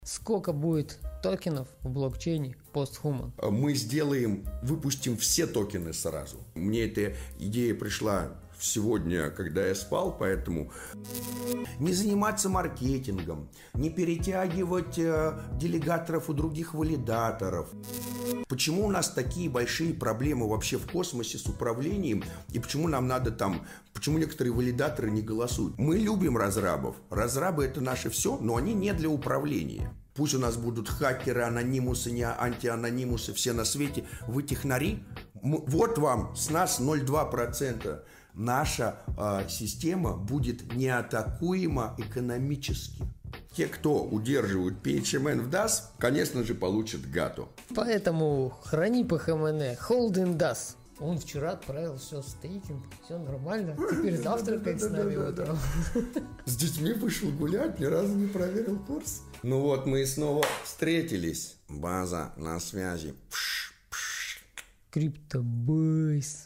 Сколько будет токенов в блокчейне Posthuman? Мы выпустим все токены сразу. Мне эта идея пришла сегодня, когда я спал, поэтому не заниматься маркетингом, не перетягивать делегаторов у других валидаторов. Почему у нас такие большие проблемы вообще в космосе с управлением и почему почему некоторые валидаторы не голосуют? Мы любим разрабов. Разрабы — это наше все, но они не для управления. Пусть у нас будут хакеры, анонимусы, не антианонимусы, все на свете. Вы технари? Вот вам, с нас 0,2%. Наша система будет неатакуема экономически. Те, кто удерживают PHMN в DAS, конечно же, получат гато. Поэтому храни PHMN, hold in DAS. Он вчера отправил все стейкинг, все нормально. Теперь завтракает с нами утром. С детьми вышел гулять, ни разу не проверил курс. Ну вот, мы снова встретились. База на связи. Криптобейс.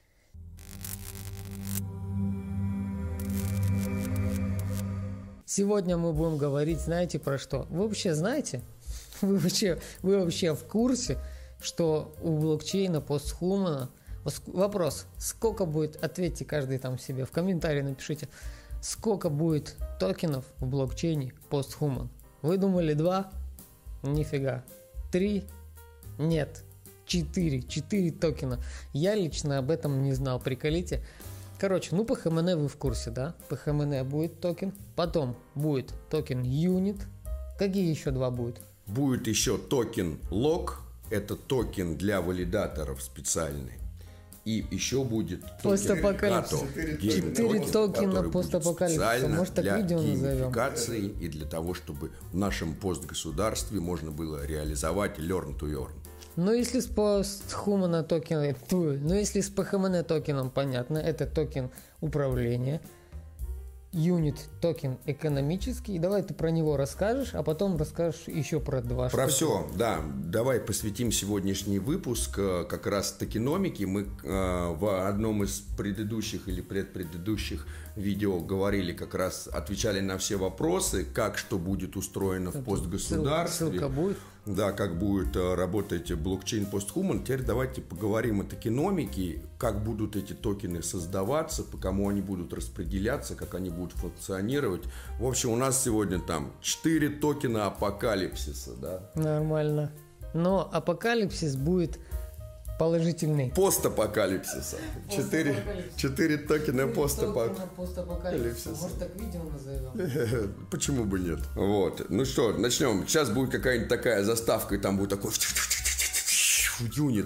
Сегодня мы будем говорить, знаете, про что? Вы вообще знаете? Вы вообще в курсе, что у блокчейна Posthuman... Вопрос, сколько будет, ответьте каждый там себе, в комментарии напишите, сколько будет токенов в блокчейне Posthuman? Вы думали 2? Нифига. 3? Нет. 4 токена. Я лично об этом не знал, приколите. Короче, PHMN вы в курсе, да? PHMN будет токен. Потом будет токен Unit. Какие еще 2 будет? Будет еще токен Lock. Это токен для валидаторов специальный. И еще будет постапокалипсис. 4 токена постапокалипсиса. Может, так видео назовем? Для геймификации и для того, чтобы в нашем постгосударстве можно было реализовать learn to earn. Ну, если с Posthuman токеном, если с PHMN токеном понятно, это токен управления. Юнит токен экономический. Давай ты про него расскажешь, а потом расскажешь еще про 2 штуки. Про все, да. Давай посвятим сегодняшний выпуск как раз токеномике. Мы в одном из предыдущих или предпредыдущих видео говорили, как раз отвечали на все вопросы, как что будет устроено в постгосударстве. Ссылка будет. Да, как будет работать блокчейн Posthuman. Теперь давайте поговорим о токеномике, как будут эти токены создаваться, по кому они будут распределяться, как они будут функционировать. В общем, у нас сегодня там 4 токена апокалипсиса, да? Нормально. Но апокалипсис будет положительный. Постапокалипсиса. 4 токена постапокалипсиса. Может, так видео назовем? Почему бы нет? Вот. Ну что, начнем. Сейчас будет какая-нибудь такая заставка, и там будет такой юнит.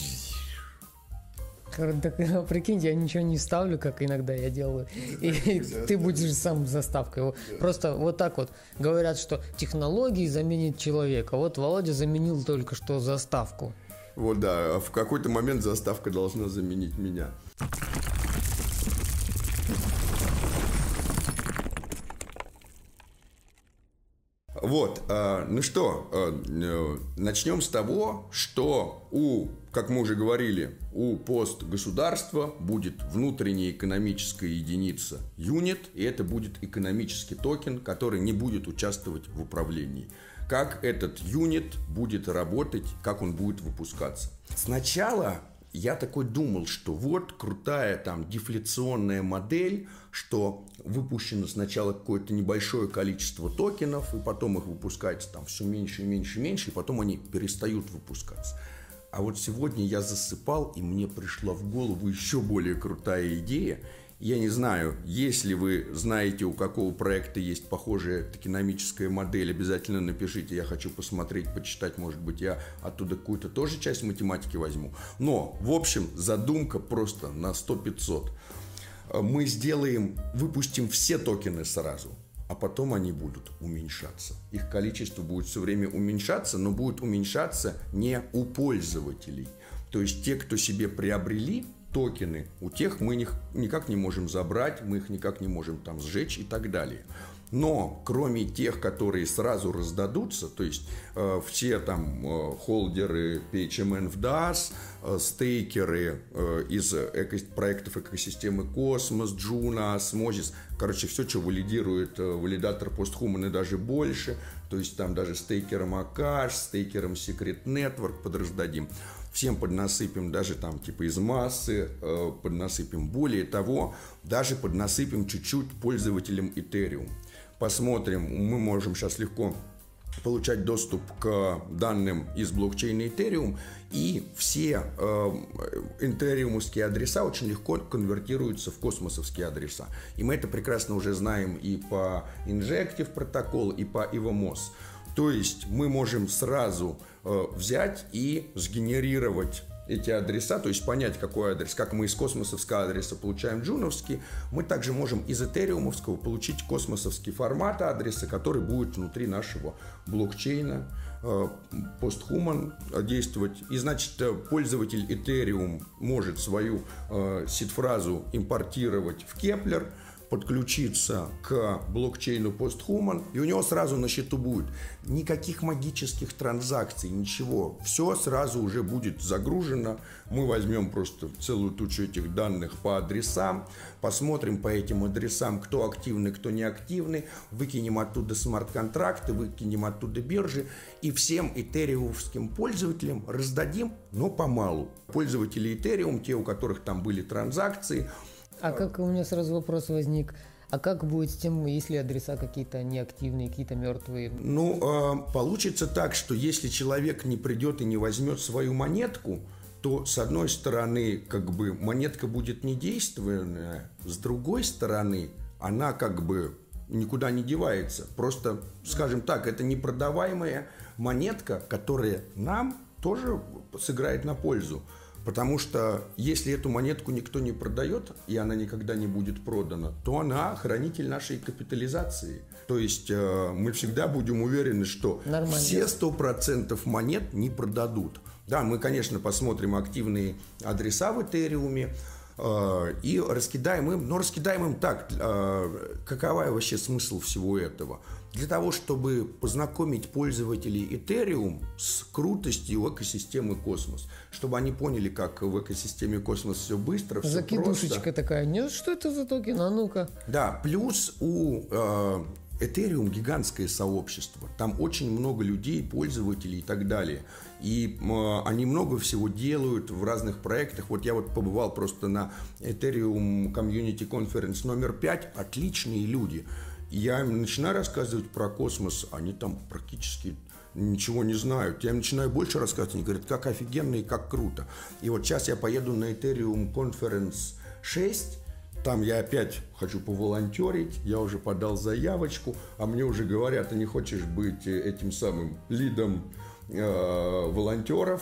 Так, прикинь, я ничего не ставлю, как иногда я делаю. И ты будешь сам заставкой. Просто вот так вот говорят, что технологии заменят человека. Вот Володя заменил только что заставку. Вот да, в какой-то момент заставка должна заменить меня. Вот, ну что, начнем с того, что как мы уже говорили, у постгосударства будет внутренняя экономическая единица юнит, и это будет экономический токен, который не будет участвовать в управлении. Как этот юнит будет работать, как он будет выпускаться. Сначала я такой думал, что вот крутая там дефляционная модель, что выпущено сначала какое-то небольшое количество токенов, и потом их выпускается там все меньше и меньше и меньше, и потом они перестают выпускаться. А вот сегодня я засыпал, и мне пришла в голову еще более крутая идея. Я не знаю, если вы знаете, у какого проекта есть похожая токеномическая модель, обязательно напишите, я хочу посмотреть, почитать, может быть, я оттуда какую-то тоже часть математики возьму. Но, в общем, задумка просто на 100-500. Мы выпустим все токены сразу, а потом они будут уменьшаться. Их количество будет все время уменьшаться, но будет уменьшаться не у пользователей. То есть те, кто себе приобрели токены, у тех мы их никак не можем забрать, мы их никак не можем там сжечь и так далее. Но кроме тех, которые сразу раздадутся, то есть все там холдеры PHMN в DAS, стейкеры из проектов экосистемы Cosmos, Juno, Osmosis, короче, все, что валидирует валидатор Posthuman и даже больше, то есть там даже стейкерам Akash, стейкерам Secret Network подраздадим. Всем поднасыпем даже там типа из массы, поднасыпем. Более того, даже поднасыпем чуть-чуть пользователям Ethereum. Посмотрим, мы можем сейчас легко получать доступ к данным из блокчейна Ethereum, и все этериумовские адреса очень легко конвертируются в космосовские адреса. И мы это прекрасно уже знаем и по Injective протоколу, и по EVMOS. То есть мы можем сразу взять и сгенерировать эти адреса, то есть понять, какой адрес, как мы из космосовского адреса получаем джуновский, мы также можем из этериумовского получить космосовский формат адреса, который будет внутри нашего блокчейна Posthuman действовать. И значит, пользователь Ethereum может свою сид-фразу импортировать в Kepler, подключиться к блокчейну Posthuman, и у него сразу на счету будет никаких магических транзакций, ничего. Все сразу уже будет загружено. Мы возьмем просто целую тучу этих данных по адресам, посмотрим по этим адресам, кто активный, кто не активный, выкинем оттуда смарт-контракты, выкинем оттуда биржи, и всем этериумовским пользователям раздадим, но помалу. Пользователи Ethereum, те, у которых там были транзакции. А как у меня сразу вопрос возник, а как будет с тем, если адреса какие-то неактивные, какие-то мертвые? Ну, получится так, что если человек не придет и не возьмет свою монетку, то, с одной стороны, как бы монетка будет недействительная, с другой стороны, она как бы никуда не девается. Просто, скажем так, это непродаваемая монетка, которая нам тоже сыграет на пользу. Потому что если эту монетку никто не продает, и она никогда не будет продана, то она хранитель нашей капитализации. То есть мы всегда будем уверены, что нормально. Все 100% монет не продадут. Да, мы, конечно, посмотрим активные адреса в Этериуме и раскидаем им. Но раскидаем им так. Какова вообще смысл всего этого? Для того, чтобы познакомить пользователей Ethereum с крутостью экосистемы Космос. Чтобы они поняли, как в экосистеме Космос все быстро, все Закидушечка просто. такая. Нет, что это за токен? А ну-ка. Да, плюс у Ethereum гигантское сообщество. Там очень много людей, пользователей и так далее. И они много всего делают в разных проектах. Вот я вот побывал просто на Ethereum Community Conference номер 5. Отличные люди. Я им начинаю рассказывать про космос, они там практически ничего не знают. Я им начинаю больше рассказывать, они говорят, как офигенно и как круто. И вот сейчас я поеду на Ethereum Conference 6, там я опять хочу поволонтерить, я уже подал заявочку, а мне уже говорят, ты не хочешь быть этим самым лидом волонтеров,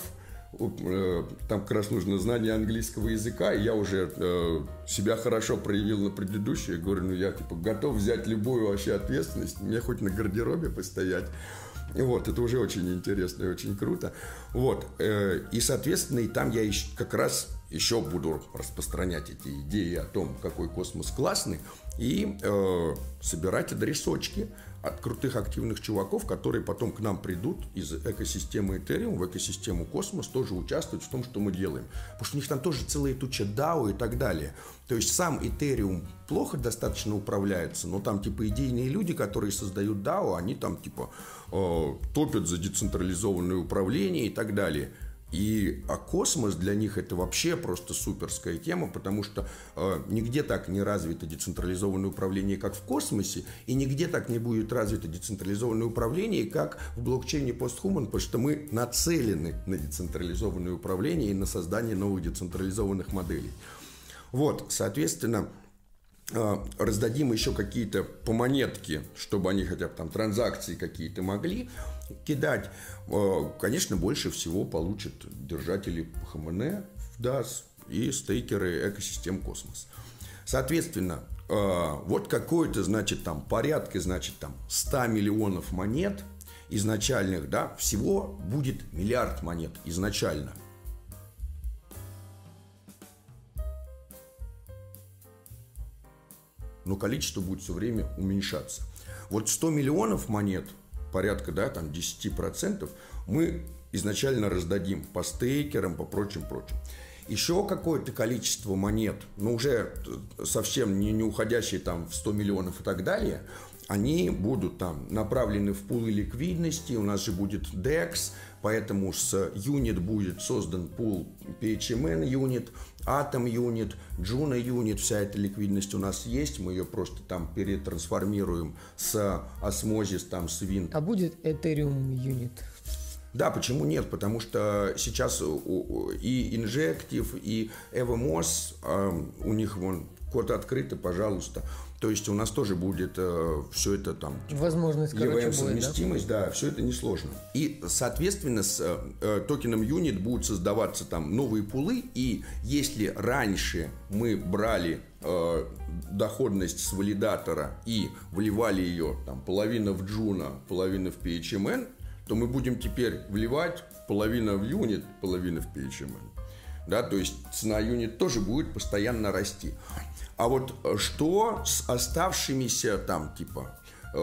там как раз нужно знание английского языка, и я уже себя хорошо проявил на предыдущей, я говорю, ну я типа готов взять любую вообще ответственность, мне хоть на гардеробе постоять. Вот, это уже очень интересно и очень круто. Вот, и, соответственно, и там я как раз еще буду распространять эти идеи о том, какой космос классный, и собирать адресочки от крутых активных чуваков, которые потом к нам придут из экосистемы Ethereum в экосистему Космос, тоже участвуют в том, что мы делаем. Потому что у них там тоже целая туча DAO и так далее. То есть сам Ethereum плохо достаточно управляется, но там типа идейные люди, которые создают DAO, они там типа топят за децентрализованное управление и так далее. А космос для них это вообще просто суперская тема, потому что нигде так не развито децентрализованное управление, как в космосе, и нигде так не будет развито децентрализованное управление, как в блокчейне Posthuman, потому что мы нацелены на децентрализованное управление и на создание новых децентрализованных моделей. Вот, соответственно, раздадим еще какие-то по монетке, чтобы они хотя бы там транзакции какие-то могли кидать. Конечно, больше всего получат держатели ХМН, DAS и стейкеры экосистем Космос. Соответственно, вот какой-то, значит, там порядка, значит, там 100 миллионов монет изначальных, да, всего будет миллиард монет изначально. Но количество будет все время уменьшаться. Вот 100 миллионов монет, порядка, да, там 10%, мы изначально раздадим по стейкерам, по прочим. Еще какое-то количество монет, но уже совсем не уходящие там в 100 миллионов и так далее, они будут там направлены в пулы ликвидности, у нас же будет DEX, поэтому с юнит будет создан пул PHMN юнит, Atom юнит, Juno юнит, вся эта ликвидность у нас есть, мы ее просто там перетрансформируем с Osmosis, там с Wind. А будет Ethereum юнит? Да, почему нет? Потому что сейчас и Injective, и Evmos, у них вон код открытый, пожалуйста. То есть у нас тоже будет все это там... Возможность, короче, будет, совместимость, да, все это несложно. И, соответственно, с токеном юнит будут создаваться там новые пулы. И если раньше мы брали доходность с валидатора и вливали ее там половина в Juno, половина в PHMN, то мы будем теперь вливать половина в юнит, половина в PHMN. Да, то есть цена юнит тоже будет постоянно расти. А вот что с оставшимися там типа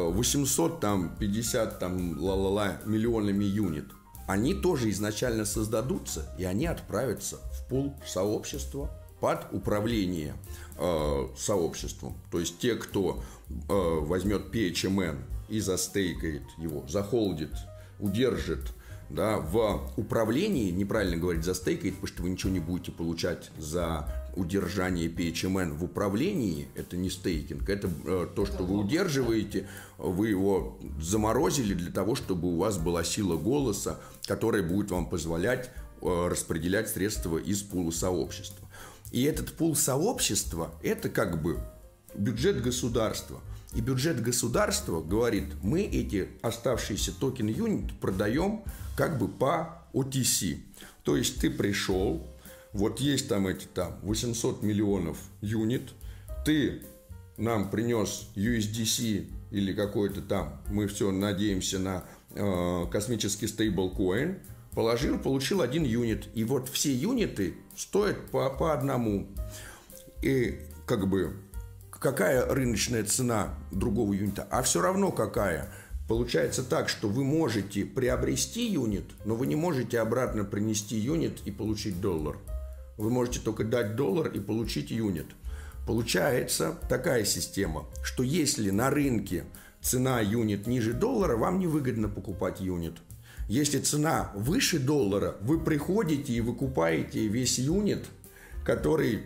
850 там миллионами юнит? Они тоже изначально создадутся, и они отправятся в пул сообщества под управление сообществом. То есть те, кто возьмет PHMN и застейкает его, захолдит, удержит, да, в управлении, неправильно говорить застейкает, потому что вы ничего не будете получать за удержание PHMN в управлении, это не стейкинг, это то, что вы удерживаете, вы его заморозили для того, чтобы у вас была сила голоса, которая будет вам позволять распределять средства из пула сообщества. И этот пул сообщества, это как бы бюджет государства. И бюджет государства говорит, мы эти оставшиеся токен юнит продаем как бы по OTC. То есть ты пришел, вот есть там эти там 800 миллионов юнит, ты нам принес USDC или какой-то там, мы все надеемся на космический стейблкоин, положил, получил 1 юнит. И вот все юниты стоят по одному. И как бы какая рыночная цена другого юнита? А все равно какая. Получается так, что вы можете приобрести юнит, но вы не можете обратно принести юнит и получить доллар. Вы можете только дать доллар и получить юнит. Получается такая система, что если на рынке цена юнит ниже доллара, вам невыгодно покупать юнит. Если цена выше доллара, вы приходите и выкупаете весь юнит, который,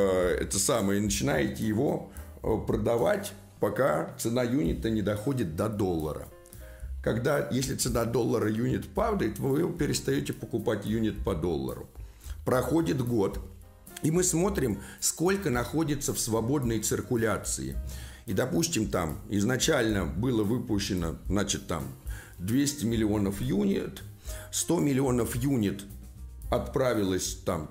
и начинаете его продавать, пока цена юнита не доходит до доллара. Если цена доллара юнит падает, вы перестаете покупать юнит по доллару. Проходит год, и мы смотрим, сколько находится в свободной циркуляции. И, допустим, там изначально было выпущено, 200 миллионов юнит, 100 миллионов юнит отправилось там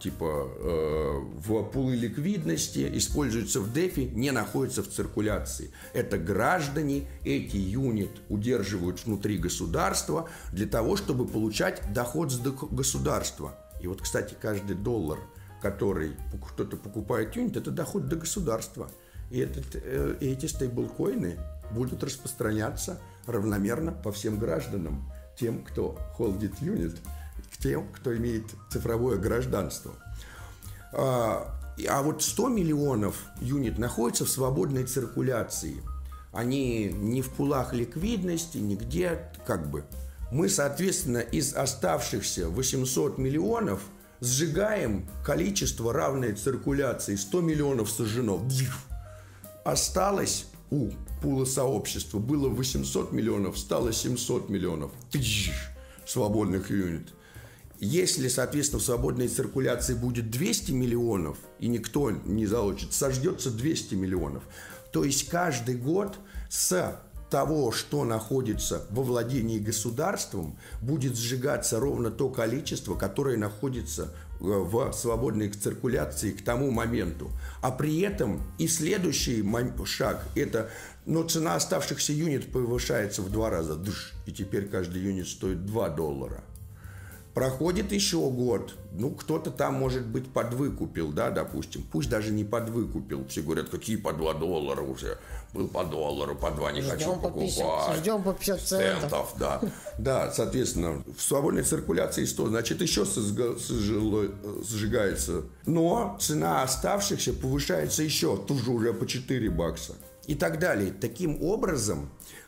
в пулы ликвидности, используется в DeFi, не находится в циркуляции. Это граждане, эти юнит удерживают внутри государства для того, чтобы получать доход с государства. И вот, кстати, каждый доллар, который кто-то покупает юнит, это доход до государства. И эти стейблкоины будут распространяться равномерно по всем гражданам, тем, кто холдит юнит, тем, кто имеет цифровое гражданство. А вот 100 миллионов юнит находятся в свободной циркуляции. Они не в пулах ликвидности, нигде Мы, соответственно, из оставшихся 800 миллионов сжигаем количество, равное циркуляции. 100 миллионов сожжено. Осталось у пула сообщества. Было 800 миллионов, стало 700 миллионов. Свободных юнит. Если, соответственно, в свободной циркуляции будет 200 миллионов, и никто не залочит, сождется 200 миллионов. То есть каждый год с того, что находится во владении государством, будет сжигаться ровно то количество, которое находится в свободной циркуляции к тому моменту. А при этом и следующий шаг – это, цена оставшихся юнит повышается в 2 раза. И теперь каждый юнит стоит $2. Проходит еще год, кто-то там, может быть, подвыкупил, да, допустим, пусть даже не подвыкупил, все говорят, какие по $2 уже, был по $1, по 2 не хочу покупать. Ждем по 50 центов. Да, соответственно, в свободной циркуляции 100, значит, еще сжигается, но цена оставшихся повышается еще, тоже уже по $4. и так далее. Таким образом,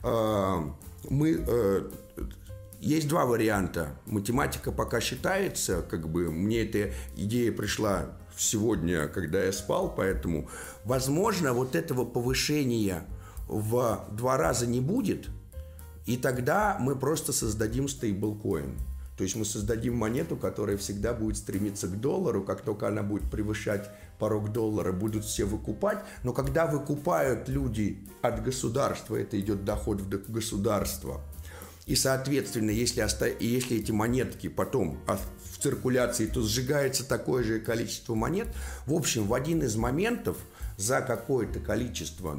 есть два варианта. Математика пока считается, как бы мне эта идея пришла сегодня, когда я спал, поэтому, возможно, вот этого повышения в 2 раза не будет, и тогда мы просто создадим стейблкоин. То есть мы создадим монету, которая всегда будет стремиться к доллару. Как только она будет превышать порог доллара, будут все выкупать. Но когда выкупают люди от государства, это идет доход в государство. И, соответственно, если эти монетки потом в циркуляции, то сжигается такое же количество монет. В общем, в один из моментов за какое-то количество,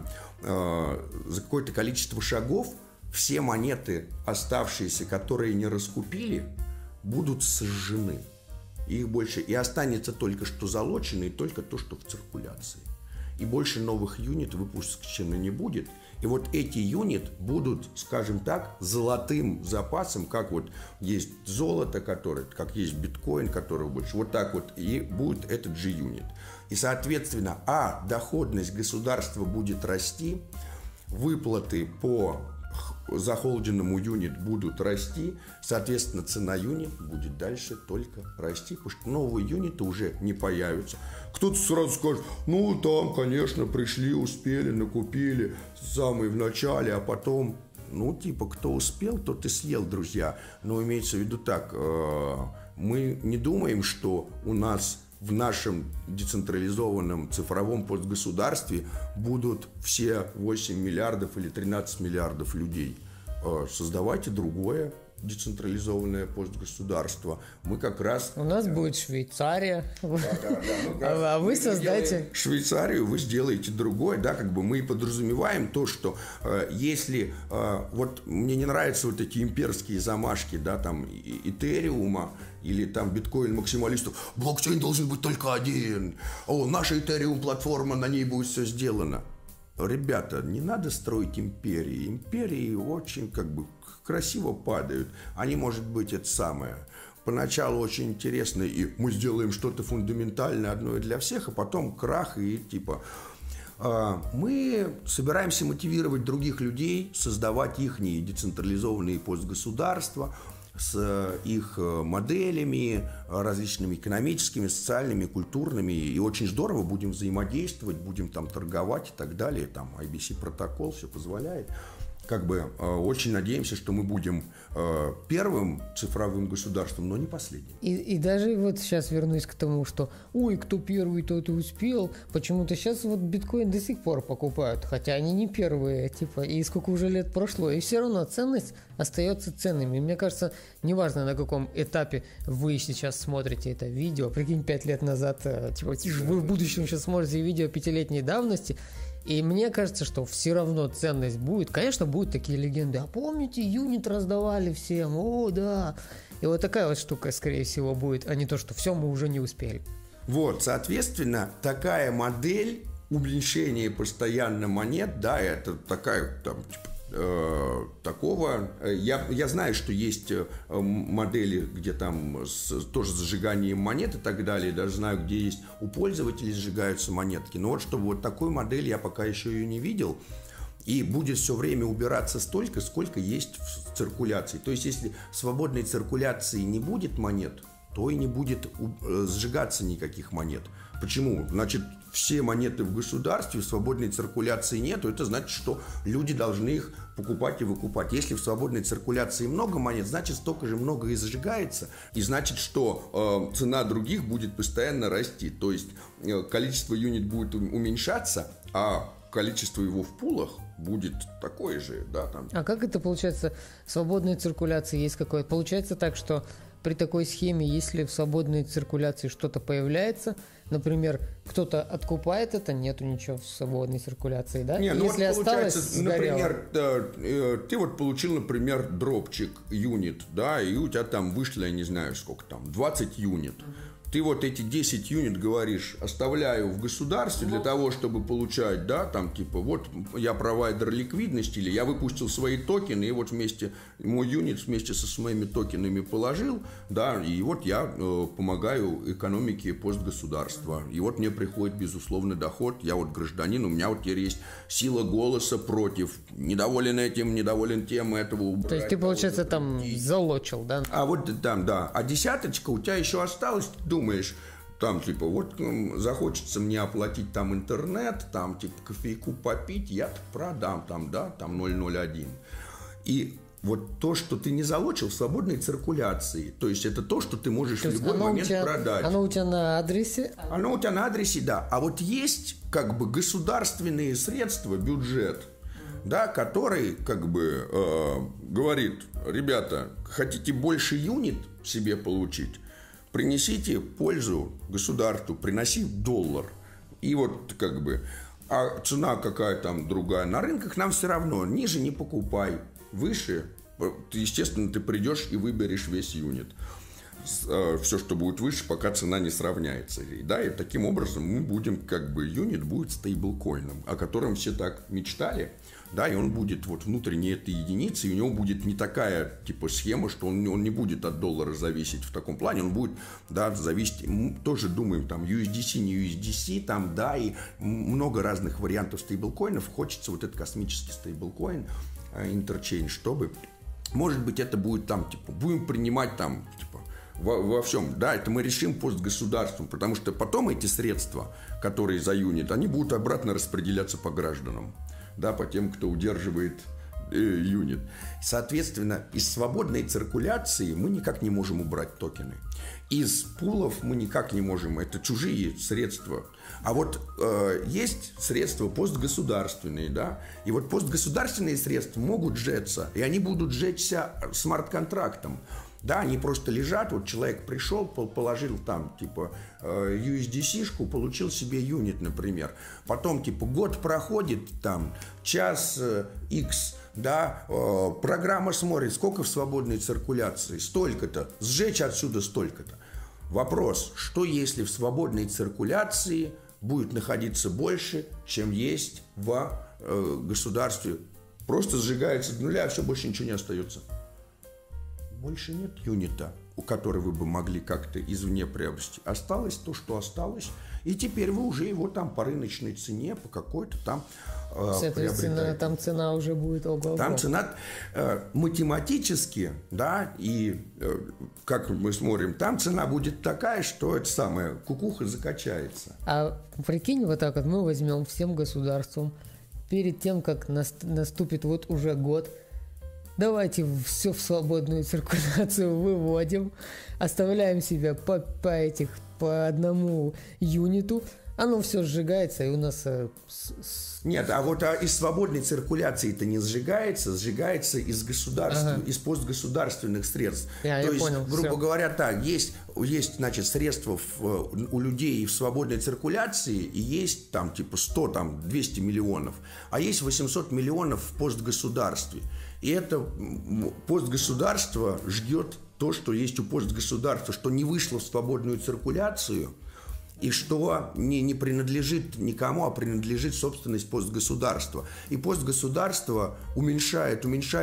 за какое-то количество шагов все монеты, оставшиеся, которые не раскупили, будут сожжены. Их больше. И останется только что залочено, и только то, что в циркуляции. И больше новых юнит выпущено не будет. И вот эти юнит будут, скажем так, золотым запасом, как вот есть золото, как есть биткоин, который больше. Вот так вот и будет этот же юнит. И, соответственно, доходность государства будет расти, выплаты по захолденному юнит будут расти, соответственно, цена юнит будет дальше только расти, потому что новые юниты уже не появятся. Кто-то сразу скажет, там, конечно, пришли, успели, накупили самые в начале, а потом, кто успел, тот и съел, друзья. Но имеется в виду так, мы не думаем, что у нас в нашем децентрализованном цифровом постгосударстве будут все 8 миллиардов или 13 миллиардов людей. Создавайте другое децентрализованное постгосударство. Мы как раз... У нас будет Швейцария. Да. А вы создайте... Швейцарию, вы сделаете другое, мы и подразумеваем то, что если... Вот мне не нравятся вот эти имперские замашки, Этериума, или биткоин-максималистов. Блокчейн должен быть только один. Наша Этериум-платформа, на ней будет все сделано. Ребята, не надо строить империи. Империи очень красиво падают. Они, может быть, это самое. Поначалу очень интересно, и мы сделаем что-то фундаментальное, одно и для всех, а потом крах и мы собираемся мотивировать других людей, создавать их децентрализованные постгосударства, с их моделями различными экономическими, социальными, культурными. И очень здорово будем взаимодействовать, будем торговать и так далее. IBC протокол все позволяет. Очень надеемся, что мы будем первым цифровым государством, но не последним. И даже вот сейчас вернусь к тому, что кто первый, тот и успел. Почему-то сейчас биткоин до сих пор покупают, хотя они не первые, и сколько уже лет прошло, и все равно ценность остается ценной. И мне кажется, неважно, на каком этапе вы сейчас смотрите это видео, прикинь, 5 лет назад, вы в будущем сейчас смотрите видео 5-летней давности, и мне кажется, что все равно ценность будет. Конечно, будут такие легенды. А помните, юнит раздавали всем? Да. И вот такая вот штука, скорее всего, будет, а не то, что все, мы уже не успели. Вот, соответственно, такая модель уменьшения постоянно монет, это такая, такого. Я знаю, что есть модели, где тоже с зажиганием монет и так далее. Даже знаю, где есть у пользователей сжигаются монетки. Но чтобы вот такой модели я пока еще ее не видел. И будет все время убираться столько, сколько есть в циркуляции. То есть, если в свободной циркуляции не будет монет, то и не будет сжигаться никаких монет. Почему? Значит, все монеты в государстве, в свободной циркуляции нету, это значит, что люди должны их покупать и выкупать. Если в свободной циркуляции много монет, значит, столько же много и зажигается, и значит, что цена других будет постоянно расти. То есть количество юнит будет уменьшаться, а количество его в пулах будет такое же. А как это получается? В свободной циркуляции есть какое-то... Получается так, что при такой схеме, если в свободной циркуляции что-то появляется, например, кто-то откупает это, нету ничего в свободной циркуляции, да? Если осталось, например, ты получил, например, дропчик юнит, и у тебя вышло, я не знаю сколько 20 юнит. ты вот эти 10 юнит, говоришь, оставляю в государстве для того, чтобы получать, да, там, типа, вот я провайдер ликвидности, или я выпустил свои токены, и вот вместе, мой юнит вместе со своими токенами положил, да, и вот я помогаю экономике постгосударства. И вот мне приходит безусловный доход, я вот гражданин, у меня вот теперь есть сила голоса против, недоволен этим, недоволен тем, этого убрать. То есть ты, получается, там залочил, да? А вот там, да, а десяточка у тебя еще осталась, думаешь, там, типа, вот захочется мне оплатить там интернет, там, типа, кофейку попить, я продам там, да, там 0,01. И вот то, что ты не залочил в свободной циркуляции, то есть это то, что ты можешь в любой момент продать. Оно у тебя на адресе? Оно у тебя на адресе, да. А вот есть как бы государственные средства, бюджет, да, который как бы говорит, ребята, хотите больше юнит себе получить, принесите пользу государству, приноси $1. И вот как бы, а цена какая там другая на рынках, нам все равно, ниже не покупай, выше, естественно, ты придешь и выберешь весь юнит. Все, что будет выше, пока цена не сравняется. Да, и таким образом мы будем, как бы, юнит будет стейблкоином, о котором все так мечтали. Да, и он будет вот внутренней этой единицы, и у него будет не такая, типа, схема, что он не будет от доллара зависеть в таком плане, он будет, да, зависеть, мы тоже думаем, там, USDC, не USDC, там, да, и много разных вариантов стейблкоинов, хочется вот этот космический стейблкоин, интерчейндж, чтобы, может быть, это будет там, типа, будем принимать там, типа, во всем, да, это мы решим постгосударством, потому что потом эти средства, которые за юнит, они будут обратно распределяться по гражданам, да, по тем, кто удерживает юнит. Соответственно, из свободной циркуляции мы никак не можем убрать токены. Из пулов мы никак не можем, это чужие средства. А вот есть средства постгосударственные, да, и вот постгосударственные средства могут сжечься, и они будут сжечься смарт-контрактом. Да, они просто лежат, вот человек пришел, положил там, типа, USDC-шку, получил себе юнит, например. Потом, типа, год проходит, там, час X, да, программа смотрит, сколько в свободной циркуляции, столько-то, сжечь отсюда столько-то. Вопрос, что если в свободной циркуляции будет находиться больше, чем есть в государстве? Просто сжигается до нуля, а все, больше ничего не остается. Больше нет юнита, у которого вы бы могли как-то извне приобрести. Осталось то, что осталось, и теперь вы уже его там по рыночной цене, по какой-то там соответственно, там цена уже будет ого-го. Там цена математически, да, и как мы смотрим, там цена будет такая, что это самое, кукуха закачается. А прикинь, вот так вот мы возьмем всем государством, перед тем, как наступит вот уже год, давайте все в свободную циркуляцию выводим, оставляем себя по одному юниту, оно все сжигается, и у нас... Нет, а вот из свободной циркуляции это не сжигается, сжигается из государства, из постгосударственных средств. Я есть, понял, грубо все. говоря, так, есть, значит, средства у людей в свободной циркуляции, и есть там типа 100, там 200 миллионов, а есть 800 миллионов в постгосударстве. И это постгосударство ждет то, что есть у постгосударства, что не вышло в свободную циркуляцию, и что не принадлежит никому, а принадлежит собственность постгосударства. И постгосударство уменьшает.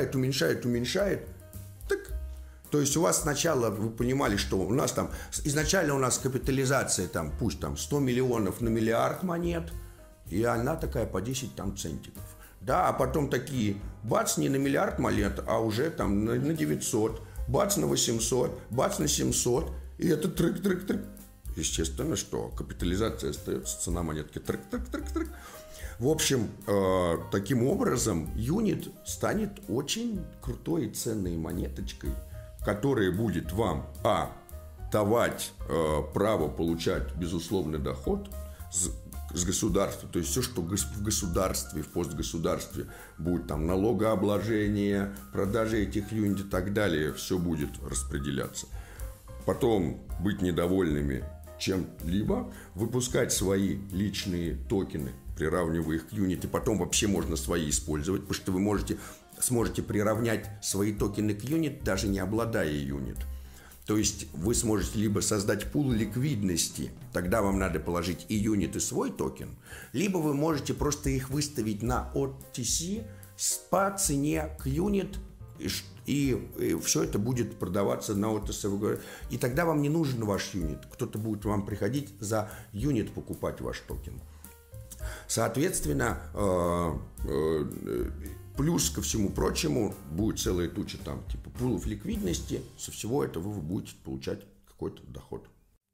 Так. То есть у вас сначала, вы понимали, что у нас там, изначально у нас капитализация, там, пусть там 100 миллионов на миллиард монет, и она такая по 10 там центиков. Да, а потом такие, бац, не на миллиард монет, а уже там на 900, бац, на 800, бац, на 700, и это трык. Естественно, что капитализация остается, цена монетки трык. В общем, таким образом, юнит станет очень крутой и ценной монеточкой, которая будет вам, давать право получать безусловный доход с государства, то есть все, что в государстве, в постгосударстве будет там налогообложение, продажа этих юнит и так далее, все будет распределяться. Потом быть недовольными чем-либо, выпускать свои личные токены, приравнивая их к юнит, и потом вообще можно свои использовать, потому что вы сможете приравнять свои токены к юнит, даже не обладая юнит. То есть вы сможете либо создать пул ликвидности, тогда вам надо положить и юнит, и свой токен, либо вы можете просто их выставить на OTC по цене к юнит, и все это будет продаваться на OTC. И тогда вам не нужен ваш юнит. Кто-то будет вам приходить за юнит покупать ваш токен. Соответственно, плюс ко всему прочему будет целая туча там типа пулов ликвидности. Со всего этого вы будете получать какой-то доход.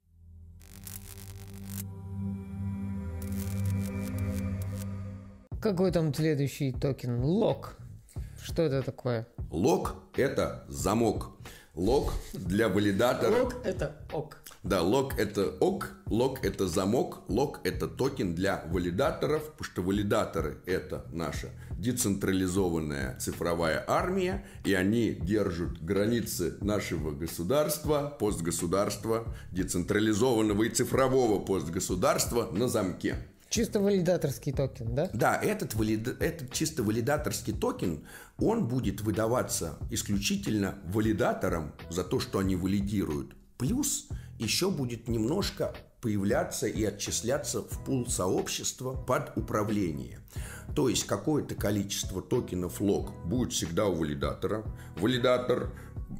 Какой там следующий токен? Лок. Что это такое? Лок – это замок. Лок для валидатора. Лок – это ок. Да, лок – это ок, лок – это замок, лок – это токен для валидаторов, потому что валидаторы – это наша децентрализованная цифровая армия, и они держат границы нашего государства, постгосударства, децентрализованного и цифрового постгосударства на замке. Чисто валидаторский токен, да? Да, этот чисто валидаторский токен, он будет выдаваться исключительно валидаторам за то, что они валидируют. Плюс еще будет немножко появляться и отчисляться в пул сообщества под управление. То есть какое-то количество токенов лок будет всегда у валидатора. Валидатор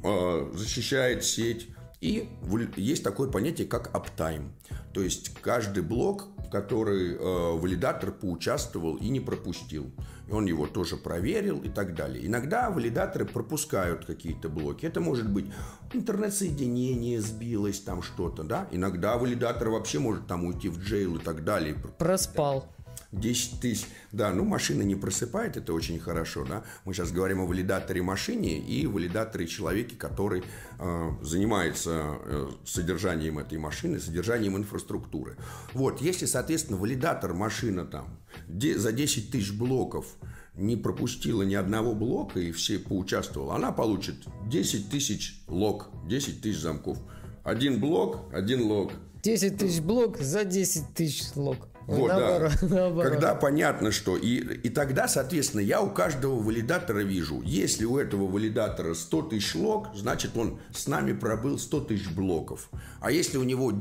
защищает сеть. И есть такое понятие, как аптайм. То есть каждый блок, который валидатор поучаствовал и не пропустил. И он его тоже проверил и так далее. Иногда валидаторы пропускают какие-то блоки. Это может быть интернет-соединение сбилось, там что-то, да. Иногда валидатор вообще может там уйти в джейл и так далее. Проспал. 10 тысяч. Да, ну машина не просыпает, это очень хорошо, да. Мы сейчас говорим о валидаторе машине и валидаторе человеке, который занимается содержанием этой машины, содержанием инфраструктуры. Вот, если, соответственно, валидатор машина там за 10 тысяч блоков не пропустила ни одного блока и все поучаствовала, она получит 10 тысяч лок, 10 тысяч замков. Один блок, один лок. 10 тысяч блок за 10 тысяч лок. Вот, наоборот, да. наоборот. Когда понятно, что... И тогда, соответственно, я у каждого валидатора вижу, если у этого валидатора 100 тысяч лок, значит, он с нами пробыл 100 тысяч блоков. А если у него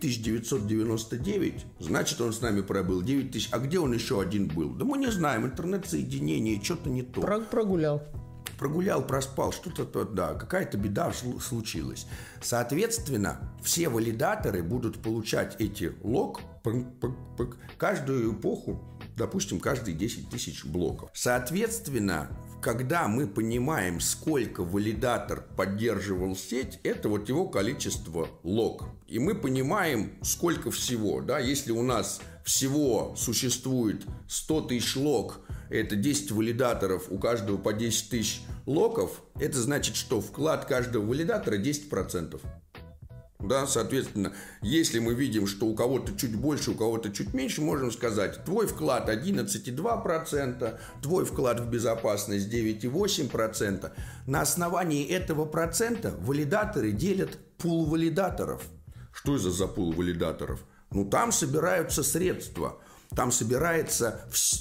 9999, значит, он с нами пробыл 9 тысяч. А где он еще один был? Да мы не знаем, интернет-соединение, что-то не то. Прогулял. Прогулял, проспал, что-то, да, какая-то беда случилась. Соответственно, все валидаторы будут получать эти лок каждую эпоху, допустим, каждые 10 тысяч блоков. Соответственно, когда мы понимаем, сколько валидатор поддерживал сеть, это вот его количество лок. И мы понимаем, сколько всего, да, если у нас всего существует 100 тысяч лок, это 10 валидаторов, у каждого по 10 тысяч локов, это значит, что вклад каждого валидатора 10%. Да, соответственно, если мы видим, что у кого-то чуть больше, у кого-то чуть меньше, можем сказать, твой вклад 11,2%, твой вклад в безопасность 9,8%. На основании этого процента валидаторы делят пул валидаторов. Что это за пул валидаторов? Ну, там собираются средства, там собирается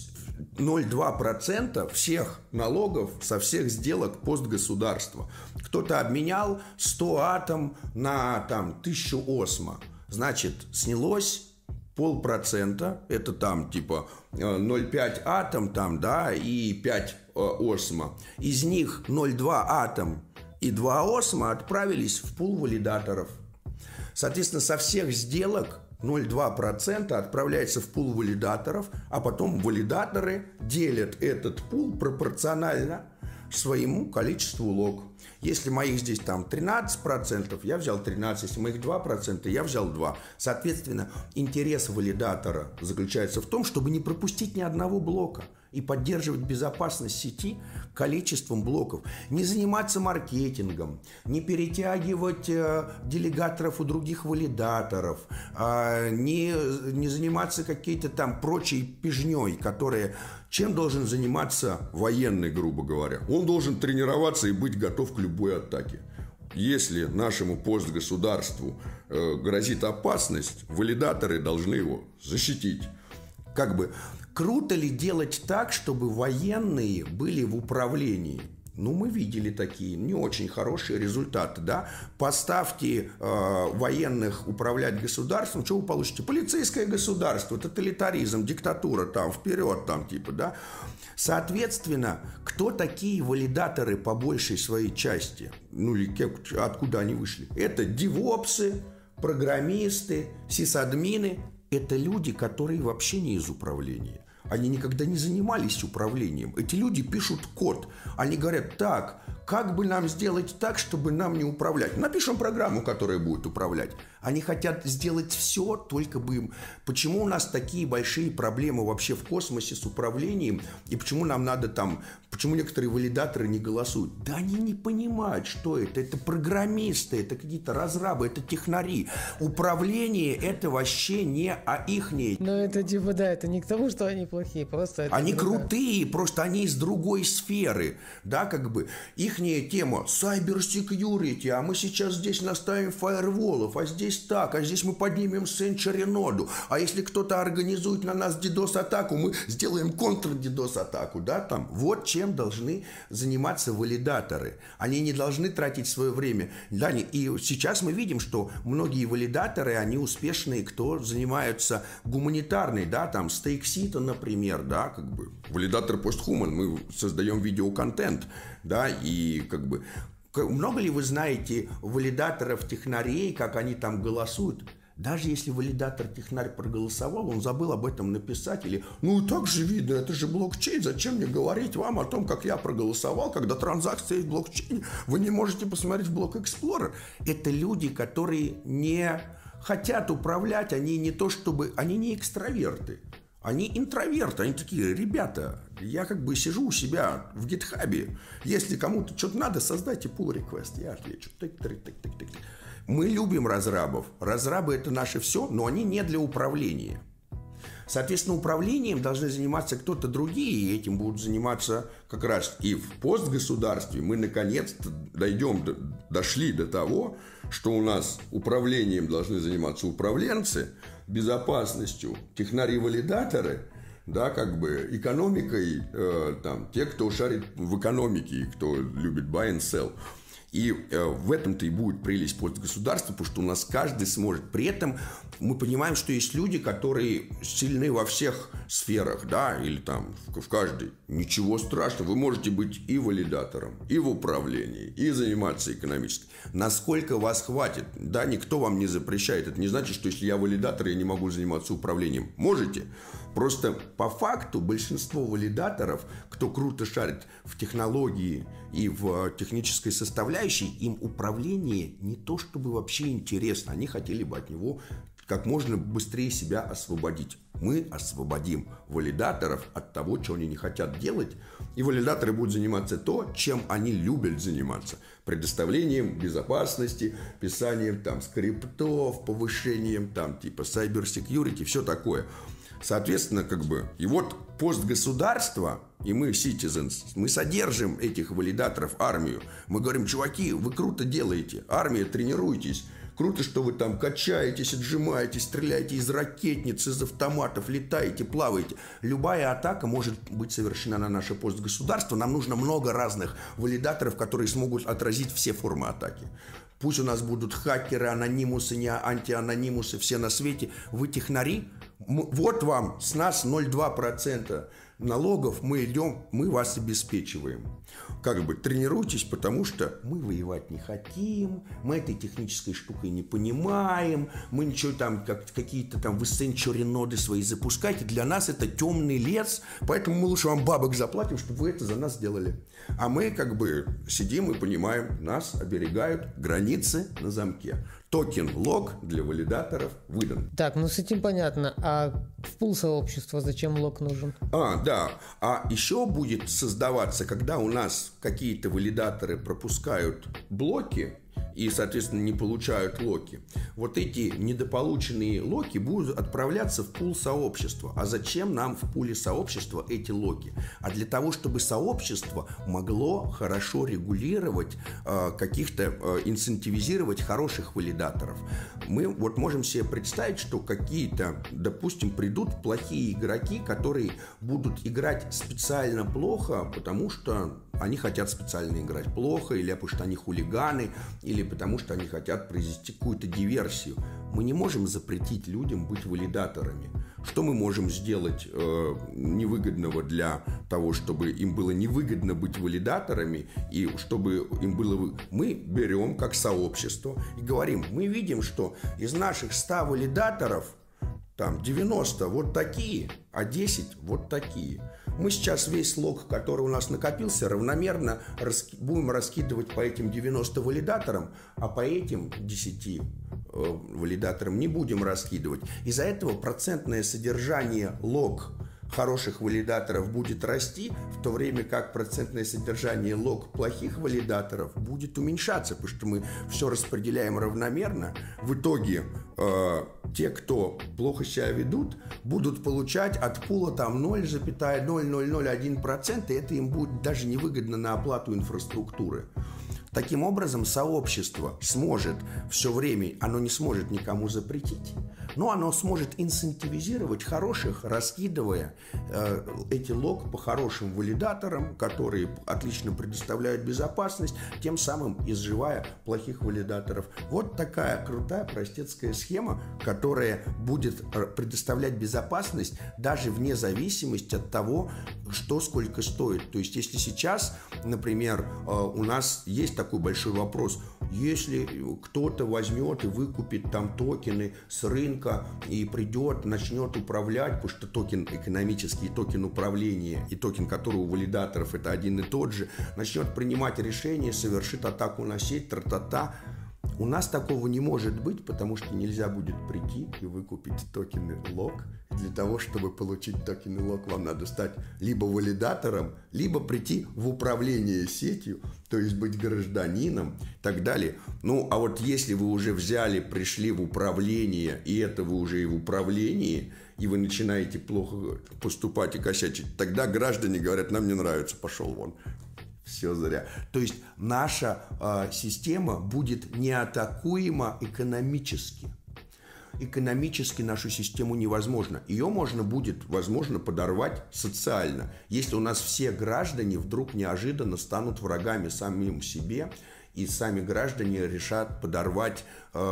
0,2% всех налогов со всех сделок постгосударства. Кто-то обменял 100 атом на там 1000 осмо. Значит, снялось 0,5%, это там типа 0,5 атом там, да, и 5 осмо. Из них 0,2 атом и 2 осмо отправились в пул валидаторов. Соответственно, со всех сделок 0,2% отправляется в пул валидаторов, а потом валидаторы делят этот пул пропорционально своему количеству лок. Если моих здесь там 13%, я взял 13%, если моих 2%, я взял 2%. Соответственно, интерес валидатора заключается в том, чтобы не пропустить ни одного блока и поддерживать безопасность сети количеством блоков. Не заниматься маркетингом, не перетягивать делегаторов у других валидаторов, не заниматься какой-то там прочей пижней, которая... Чем должен заниматься военный, грубо говоря? Он должен тренироваться и быть готов к любой атаке. Если нашему постгосударству грозит опасность, валидаторы должны его защитить. Как бы круто ли делать так, чтобы военные были в управлении? Ну, мы видели такие не очень хорошие результаты, да. Поставьте военных управлять государством, что вы получите? Полицейское государство, тоталитаризм, диктатура, там, вперед, там, типа, да. Соответственно, кто такие валидаторы по большей своей части? Ну, или откуда они вышли? Это девопсы, программисты, сисадмины. Это люди, которые вообще не из управления. Они никогда не занимались управлением. Эти люди пишут код. Они говорят, так, как бы нам сделать так, чтобы нам не управлять? Напишем программу, которая будет управлять. Они хотят сделать все, только бы им... Почему у нас такие большие проблемы вообще в космосе с управлением? И почему нам надо там... Почему некоторые валидаторы не голосуют? Да они не понимают, что это. Это программисты, это какие-то разрабы, это технари. Управление – это вообще не ихнее. Ну, это типа, да, это не к тому, что они плохие, просто... Это они крутые, просто они из другой сферы. Да, как бы. Ихняя тема – cyber security, а мы сейчас здесь наставим фаерволов, а здесь так, а здесь мы поднимем Century ноду, а если кто-то организует на нас DDoS-атаку, мы сделаем контр-DDoS-атаку, да, там. Вот чем должны заниматься валидаторы. Они не должны тратить свое время. Да, и сейчас мы видим, что многие валидаторы, они успешные, кто занимаются гуманитарной, да, там, стейксита, например, да, как бы. Валидатор постхуман, мы создаем видеоконтент, да, и как бы... Много ли вы знаете валидаторов, технарей, как они там голосуют? Даже если валидатор-технарь проголосовал, он забыл об этом написать. Или, ну и так же видно, это же блокчейн, зачем мне говорить вам о том, как я проголосовал, когда транзакция есть в блокчейне? Вы не можете посмотреть в Block Explorer. Это люди, которые не хотят управлять, они не то чтобы... Они не экстраверты. Они интроверты, они такие, ребята, я как бы сижу у себя в гитхабе, если кому-то что-то надо, создайте pull request, я отвечу. Мы любим разрабов, разрабы это наше все, но они не для управления. Соответственно, управлением должны заниматься кто-то другие, и этим будут заниматься как раз и в постгосударстве. Мы наконец-то дошли до того, что у нас управлением должны заниматься управленцы, безопасностью технари-валидаторы, да, как бы экономикой, там, те, кто шарит в экономике, кто любит buy and sell. И в этом-то и будет прелесть постгосударства, потому что у нас каждый сможет. При этом мы понимаем, что есть люди, которые сильны во всех сферах, да, или там в каждой. Ничего страшного, вы можете быть и валидатором, и в управлении, и заниматься экономически. Насколько вас хватит, да, никто вам не запрещает. Это не значит, что если я валидатор, я не могу заниматься управлением. Можете. Просто по факту большинство валидаторов, кто круто шарит в технологии и в технической составляющей, им управление не то чтобы вообще интересно. Они хотели бы от него как можно быстрее себя освободить. Мы освободим валидаторов от того, что они не хотят делать, и валидаторы будут заниматься то, чем они любят заниматься. Предоставлением безопасности, писанием там скриптов, повышением там типа cyber security, все такое. Соответственно, как бы, и вот постгосударство, и мы, citizens, мы содержим этих валидаторов, армию. Мы говорим, чуваки, вы круто делаете, армия, тренируйтесь. Круто, что вы там качаетесь, отжимаетесь, стреляете из ракетниц, из автоматов, летаете, плаваете. Любая атака может быть совершена на наше постгосударство. Нам нужно много разных валидаторов, которые смогут отразить все формы атаки. Пусть у нас будут хакеры, анонимусы, не антианонимусы, все на свете. Вы технари. Вот вам с нас 0,2% налогов, мы идем, мы вас обеспечиваем. Как бы тренируйтесь, потому что мы воевать не хотим, мы этой технической штукой не понимаем, мы ничего там, какие-то там вы Century ноды свои запускаете. Для нас это темный лес, поэтому мы лучше вам бабок заплатим, чтобы вы это за нас сделали. А мы как бы сидим и понимаем, нас оберегают границы на замке. Токен-лог для валидаторов выдан. Так, ну с этим понятно. А в пул-сообщество зачем лог нужен? Да. А еще будет создаваться, когда у нас какие-то валидаторы пропускают блоки, и, соответственно, не получают локи. Вот эти недополученные локи будут отправляться в пул сообщества. А зачем нам в пуле сообщества эти локи? А для того, чтобы сообщество могло хорошо регулировать, инцентивизировать хороших валидаторов. Мы вот можем себе представить, что какие-то, допустим, придут плохие игроки, которые будут играть специально плохо, потому что они хотят специально играть плохо, или потому что они хулиганы, или потому что они хотят произвести какую-то диверсию. Мы не можем запретить людям быть валидаторами. Что мы можем сделать невыгодного для того, чтобы им было невыгодно быть валидаторами, и чтобы им было... Мы берем как сообщество и говорим, мы видим, что из наших 100 валидаторов там 90 вот такие, а 10 вот такие. Мы сейчас весь лог, который у нас накопился, равномерно будем раскидывать по этим 90 валидаторам, а по этим 10 валидаторам не будем раскидывать. Из-за этого процентное содержание лог хороших валидаторов будет расти, в то время как процентное содержание лог плохих валидаторов будет уменьшаться, потому что мы все распределяем равномерно. В итоге те, кто плохо себя ведут, будут получать от пула там 0,0001%, и это им будет даже невыгодно на оплату инфраструктуры. Таким образом, сообщество сможет все время, оно не сможет никому запретить, но оно сможет инцентивизировать хороших, раскидывая эти лог по хорошим валидаторам, которые отлично предоставляют безопасность, тем самым изживая плохих валидаторов. Вот такая крутая простецкая схема, которая будет предоставлять безопасность даже вне зависимости от того, что сколько стоит. То есть, если сейчас, например, у нас есть такой большой вопрос, если кто-то возьмет и выкупит там токены с рынка и придет, начнет управлять, потому что токен экономический, токен управления и токен, который у валидаторов это один и тот же, начнет принимать решения, совершит атаку на сеть, тра-та-та. У нас такого не может быть, потому что нельзя будет прийти и выкупить токены лог. Для того, чтобы получить токены лог, вам надо стать либо валидатором, либо прийти в управление сетью, то есть быть гражданином и так далее. Ну, а вот если вы уже взяли, пришли в управление, и это вы уже и в управлении, и вы начинаете плохо поступать и косячить, тогда граждане говорят, нам не нравится, пошел вон. Все зря. То есть наша система будет неатакуема экономически. Экономически нашу систему невозможно. Ее можно будет, возможно, подорвать социально. Если у нас все граждане вдруг неожиданно станут врагами самим себе, и сами граждане решат подорвать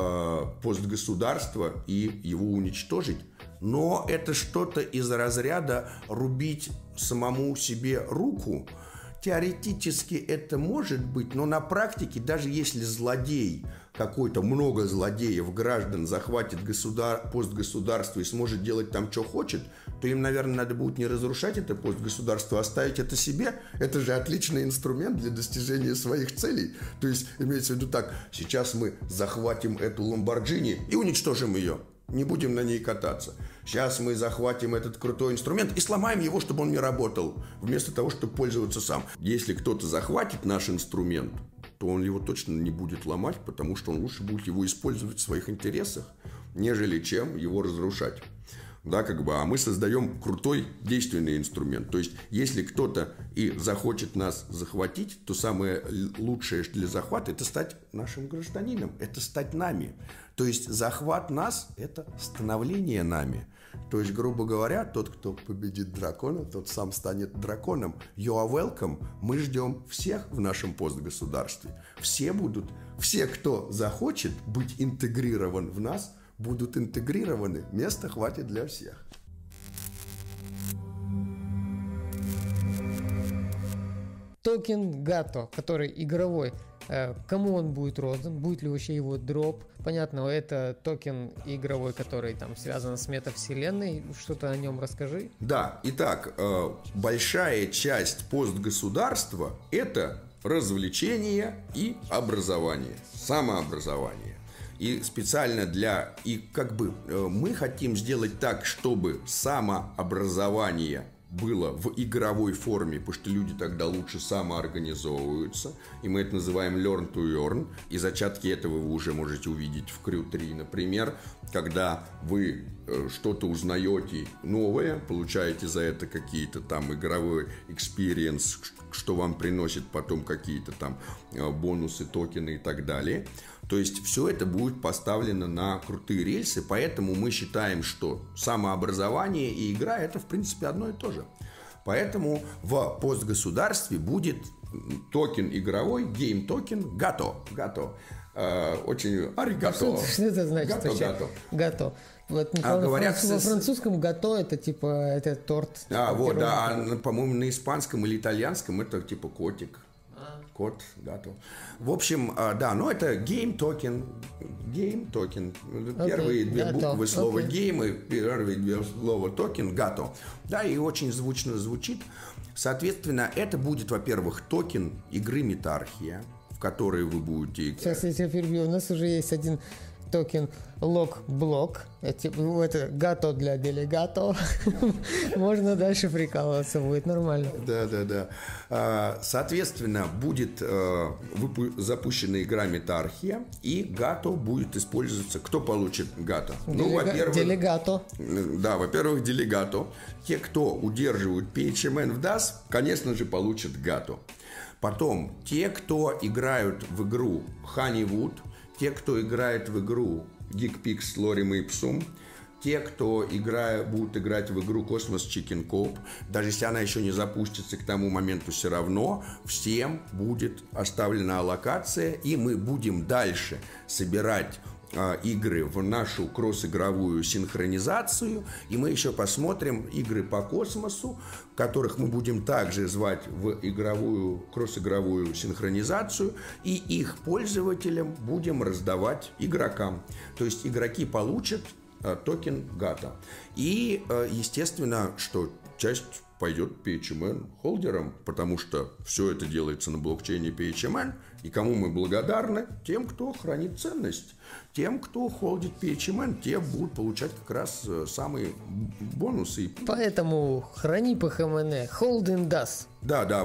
пост государства и его уничтожить. Но это что-то из разряда рубить самому себе руку. Теоретически это может быть, но на практике, даже если злодей, какой-то много злодеев, граждан захватит пост государства и сможет делать там, что хочет, то им, наверное, надо будет не разрушать это пост государства, а оставить это себе. Это же отличный инструмент для достижения своих целей. То есть, имеется в виду так, сейчас мы захватим эту Lamborghini и уничтожим ее. Не будем на ней кататься. Сейчас мы захватим этот крутой инструмент и сломаем его, чтобы он не работал, вместо того, чтобы пользоваться сам. Если кто-то захватит наш инструмент, то он его точно не будет ломать, потому что он лучше будет его использовать в своих интересах, нежели чем его разрушать. Да, а мы создаем крутой действенный инструмент. То есть, если кто-то и захочет нас захватить, то самое лучшее для захвата – это стать нашим гражданином, это стать нами. То есть, захват нас – это становление нами. То есть, грубо говоря, тот, кто победит дракона, тот сам станет драконом. You are welcome. Мы ждем всех в нашем постгосударстве. Все, кто захочет быть интегрирован в нас, будут интегрированы, места хватит для всех. Токен Гато, который игровой, кому он будет роздан, будет ли вообще его дроп? Понятно, это токен игровой, который там связан с метавселенной, что-то о нем расскажи. Да, итак, большая часть постгосударства – это развлечение и образование, самообразование. И специально мы хотим сделать так, чтобы самообразование было в игровой форме, потому что люди тогда лучше самоорганизовываются, и мы это называем learn to earn, и зачатки этого вы уже можете увидеть в Crew 3, например, когда вы что-то узнаете новое, получаете за это какие-то там игровой experience, что вам приносит потом какие-то там бонусы, токены и так далее. То есть все это будет поставлено на крутые рельсы, поэтому мы считаем, что самообразование и игра – это, в принципе, одно и то же. Поэтому в постгосударстве будет токен игровой, гейм-токен, гато. Очень аригато. Что это значит? Гато. Вот, говорят, во французском гато это типа это торт. Вот, да, по-моему, на испанском или итальянском это типа котик. Кот, гато. В общем, да, но это гейм-токен. Первые две буквы слова гейм и первые две слова токен, гато. Да, и очень звучно звучит. Соответственно, это будет, во-первых, токен игры Метархия, в которой вы будете играть. Сейчас я тебя перебью. У нас уже есть один токен лок-блок. Это гато для делегато. Можно дальше прикалываться, будет нормально. Да. Соответственно, будет запущена игра Метархия, и гато будет использоваться. Кто получит гато? Во-первых, делегато. Да, во-первых, делегато. Те, кто удерживают PHMN в DAS, конечно же, получат гато. Потом, те, кто играют в игру Honeywood, те, кто играет в игру Geekpix с Лорем Ипсум, те, кто будут играть в игру Cosmos Chicken Coop, даже если она еще не запустится к тому моменту, все равно всем будет оставлена аллокация, и мы будем дальше собирать игры в нашу кросс-игровую синхронизацию, и мы еще посмотрим игры по космосу, которых мы будем также звать в игровую, кросс-игровую синхронизацию, и их пользователям будем раздавать игрокам. То есть игроки получат токен гато. И, естественно, что часть пойдет PHMN холдерам, потому что все это делается на блокчейне PHMN. И кому мы благодарны? Тем, кто хранит ценность. Тем, кто холдит PHMN, те будут получать как раз самые бонусы. Поэтому храни PHMN, hold in DAS. Да,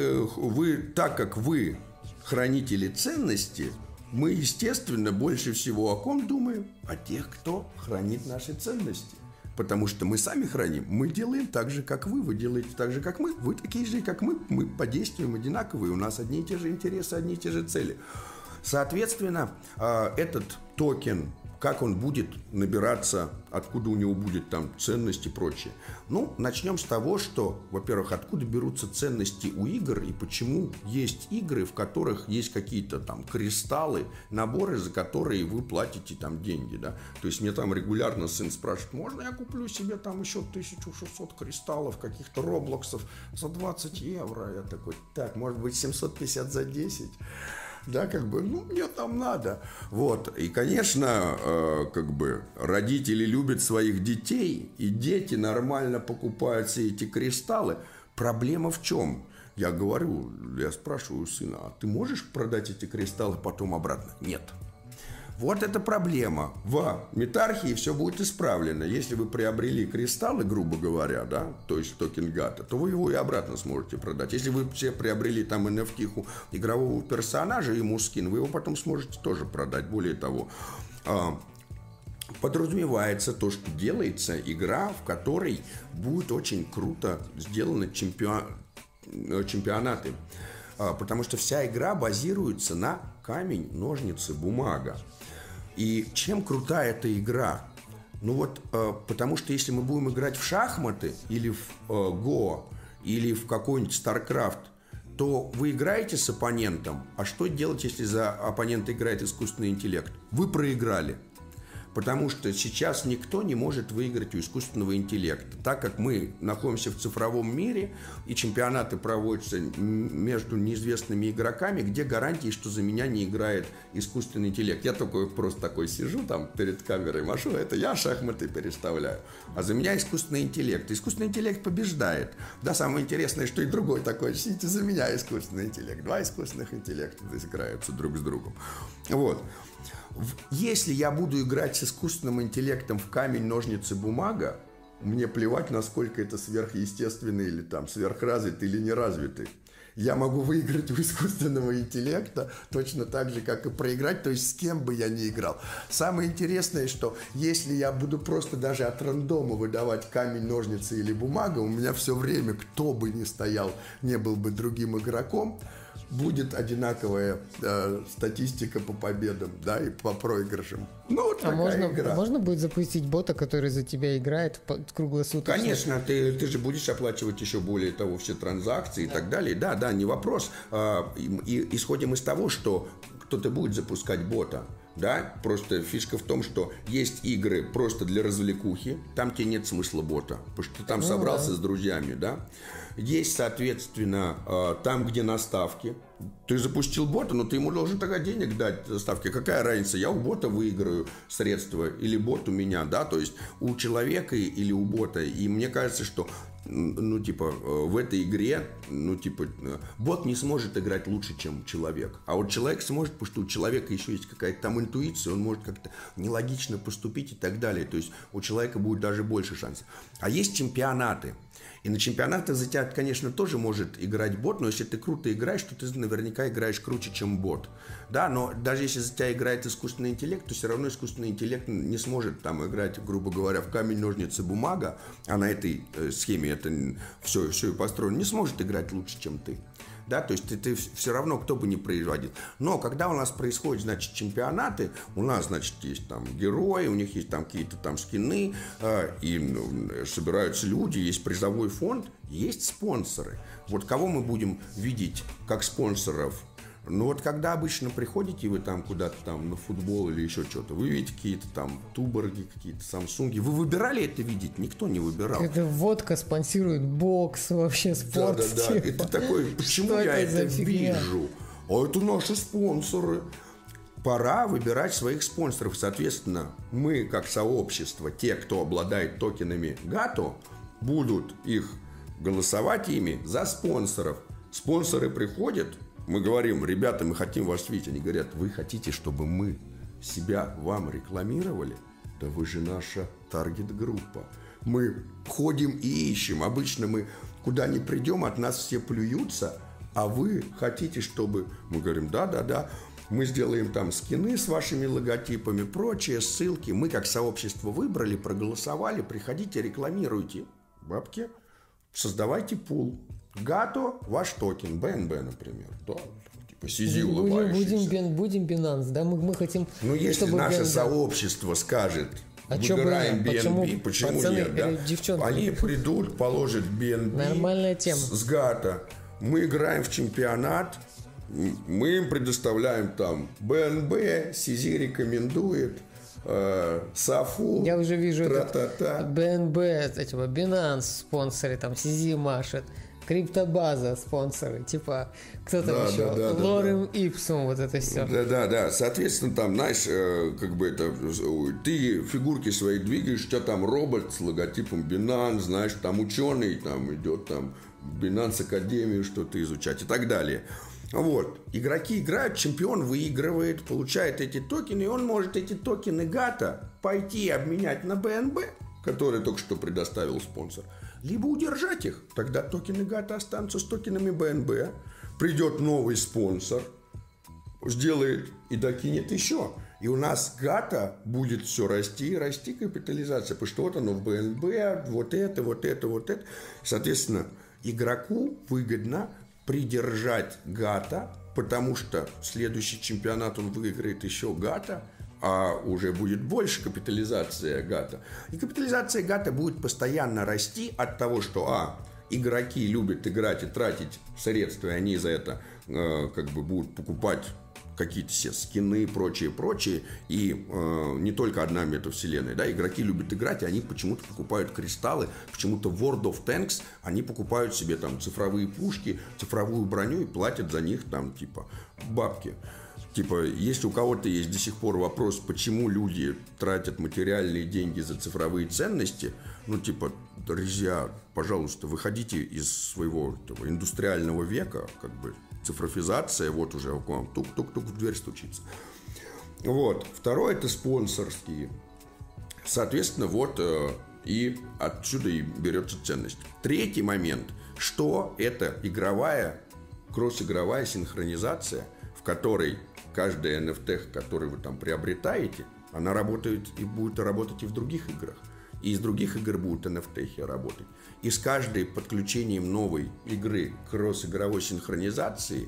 вы, так как вы хранители ценности, мы, естественно, больше всего о ком думаем? О тех, кто хранит наши ценности. Потому что мы сами храним, мы делаем так же, как вы делаете так же, как мы, вы такие же, как мы по действиям одинаковые, у нас одни и те же интересы, одни и те же цели. Соответственно, этот токен, как он будет набираться, откуда у него будет там ценность и прочее. Ну, начнем с того, что, во-первых, откуда берутся ценности у игр и почему есть игры, в которых есть какие-то там кристаллы, наборы, за которые вы платите там деньги, да. То есть мне там регулярно сын спрашивает, можно я куплю себе там еще 1600 кристаллов, каких-то роблоксов за 20 евро? Я такой, так, может быть 750 за 10? Да, мне там надо. Вот. И, конечно, родители любят своих детей, и дети нормально покупают все эти кристаллы. Проблема в чем? Я спрашиваю сына, а ты можешь продать эти кристаллы потом обратно? Нет. Вот это проблема. В Метархии все будет исправлено. Если вы приобрели кристаллы, грубо говоря, да, то есть токен гато, то вы его и обратно сможете продать. Если вы все приобрели там NFT игрового персонажа, ему скин, вы его потом сможете тоже продать. Более того, подразумевается то, что делается игра, в которой будет очень круто сделаны чемпионаты. Потому что вся игра базируется на камень, ножницы, бумага. И чем крута эта игра? Потому что если мы будем играть в шахматы или в Go, или в какой-нибудь StarCraft, то вы играете с оппонентом. А что делать, если за оппонента играет искусственный интеллект? Вы проиграли. Потому что сейчас никто не может выиграть у искусственного интеллекта. Так как мы находимся в цифровом мире, и чемпионаты проводятся между неизвестными игроками, где гарантии, что за меня не играет искусственный интеллект. Я просто такой сижу там перед камерой, машу, это я шахматы переставляю. А за меня искусственный интеллект. Искусственный интеллект побеждает. Да, самое интересное, что и другой такой, сидите за меня искусственный интеллект. Два искусственных интеллекта играются друг с другом. Вот. Если я буду играть с искусственным интеллектом в камень, ножницы, бумага, мне плевать, насколько это сверхъестественный или там сверхразвитый или неразвитый. Я могу выиграть у искусственного интеллекта точно так же, как и проиграть, то есть с кем бы я ни играл. Самое интересное, что если я буду просто даже от рандома выдавать камень, ножницы или бумага, у меня все время, кто бы ни стоял, не был бы другим игроком, будет одинаковая статистика по победам, да, и по проигрышам. Ну, вот такая игра. Можно будет запустить бота, который за тебя играет круглосуточно? Конечно, ты же будешь оплачивать еще более того все транзакции и так далее. Да, не вопрос. И исходим из того, что кто-то будет запускать бота. Да, просто фишка в том, что есть игры просто для развлекухи, там тебе нет смысла бота, потому что ты там собрался с друзьями, да. Есть, соответственно, там, где на ставке. Ты запустил бота, но ты ему должен тогда денег дать за ставки. Какая разница, я у бота выиграю средства или бот у меня, да, то есть у человека или у бота. И мне кажется, что в этой игре, бот не сможет играть лучше, чем человек. А вот человек сможет, потому что у человека еще есть какая-то там интуиция, он может как-то нелогично поступить и так далее. То есть у человека будет даже больше шансов. А есть чемпионаты. И на чемпионатах за тебя, конечно, тоже может играть бот, но если ты круто играешь, то ты наверняка играешь круче, чем бот. Да, но даже если за тебя играет искусственный интеллект, то все равно искусственный интеллект не сможет там играть, грубо говоря, в камень, ножницы, бумага, а на этой схеме это все и построено, не сможет играть лучше, чем ты. Да, то есть ты все равно, кто бы ни производил. Но когда у нас происходят, значит, чемпионаты, у нас, значит, есть там герои, у них есть там какие-то там скины, и собираются люди, есть призовой фонд, есть спонсоры. Вот кого мы будем видеть как спонсоров? Ну вот когда обычно приходите вы там куда-то там на футбол или еще что-то, вы видите какие-то там Туборги, какие-то Самсунги. Вы выбирали это видеть? Никто не выбирал. Это водка спонсирует бокс, вообще спорт. Да. И ты такой, почему я это вижу? А это наши спонсоры. Пора выбирать своих спонсоров. Соответственно, мы как сообщество, те, кто обладает токенами ГАТО, будут их голосовать ими за спонсоров. Спонсоры приходят. Мы говорим, ребята, мы хотим вас видеть. Они говорят, вы хотите, чтобы мы себя вам рекламировали? Да вы же наша таргет-группа. Мы ходим и ищем. Обычно мы куда ни придем, от нас все плюются. А вы хотите, чтобы... Мы говорим, да. Мы сделаем там скины с вашими логотипами, прочие ссылки. Мы как сообщество выбрали, проголосовали. Приходите, рекламируйте. Бабки, создавайте пул. ГАТО, ваш токен, БНБ, например. Да, типа CZ улыбающийся. Будем Binance, да? Мы хотим... Ну, если наше сообщество скажет, выбираем BNB, почему пацаны, нет, да? Девчонки. Они придут, положат BNB. Нормальная тема. С ГАТО. Мы играем в чемпионат, мы им предоставляем там BNB, CZ рекомендует, Сафу, я уже вижу тра-та-та. BNB, Binance спонсоры, там CZ машет, криптобаза спонсоры, типа кто там еще, Лорем Ипсум, вот это все. Да. Соответственно, там, знаешь, как бы это, ты фигурки свои двигаешь, у тебя там робот с логотипом Binance, знаешь, там ученый, там идет там Binance Академию что-то изучать и так далее. Вот. Игроки играют, чемпион выигрывает, получает эти токены, и он может эти токены ГАТО пойти обменять на BNB, который только что предоставил спонсор, либо удержать их. Тогда токены ГАТО останутся с токенами BNB. Придет новый спонсор, сделает и докинет еще. И у нас ГАТО будет все расти капитализация. Потому что вот оно в BNB, вот это. Соответственно, игроку выгодно придержать ГАТО, потому что следующий чемпионат он выиграет еще ГАТО, а уже будет больше капитализация ГАТО. И капитализация ГАТО будет постоянно расти от того, что игроки любят играть и тратить средства, и они за это как бы будут покупать какие-то все скины и прочее, и не только одна метавселенная, да, игроки любят играть, и они почему-то покупают кристаллы, почему-то в World of Tanks они покупают себе там цифровые пушки, цифровую броню и платят за них там типа бабки. Типа, если у кого-то есть до сих пор вопрос, почему люди тратят материальные деньги за цифровые ценности, друзья, пожалуйста, выходите из своего индустриального века, как бы, цифровизация, вот уже к вам тук-тук-тук в дверь стучится. Вот. Второе – это спонсорские. Соответственно, вот И отсюда и берется ценность. Третий момент, что это кросс-игровая синхронизация, в которой каждая NFT, которую вы там приобретаете, она работает и будет работать и в других играх. И из других игр будут NFT работать. И с каждым подключением новой игры кросс-игровой синхронизации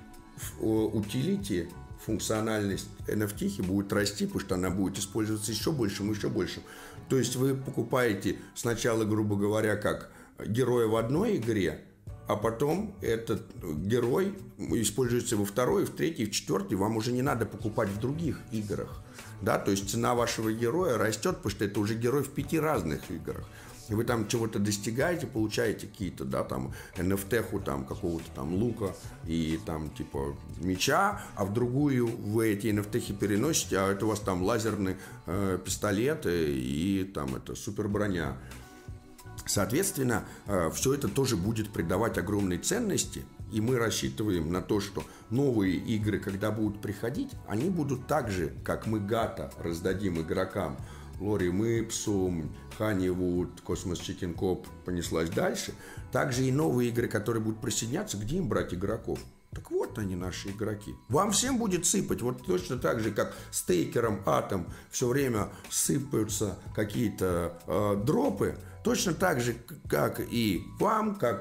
утилити, функциональность NFT будет расти, потому что она будет использоваться еще большим и еще большим. То есть вы покупаете сначала, грубо говоря, как героя в одной игре, а потом этот герой используется во второй, в третьей, в четвертой, вам уже не надо покупать в других играх. Да? То есть цена вашего героя растет, потому что это уже герой в 5 разных играх. И вы там чего-то достигаете, получаете какие-то, да, там, NFT-ху, там, какого-то там лука и там, типа, меча, а в другую вы эти NFT-хи переносите, а это у вас там лазерный пистолет и там это супер броня. Соответственно, все это тоже будет придавать огромной ценности, и мы рассчитываем на то, что новые игры, когда будут приходить, они будут так же, как мы Гато раздадим игрокам, Лорем Ипсум, Honeywood, Cosmos Chicken Coop понеслась дальше. Также и новые игры, которые будут присоединяться, где им брать игроков? Так вот они, наши игроки. Вам всем будет сыпать. Вот точно так же, как стейкером Атом все время сыпаются какие-то дропы. Точно так же, как и вам, как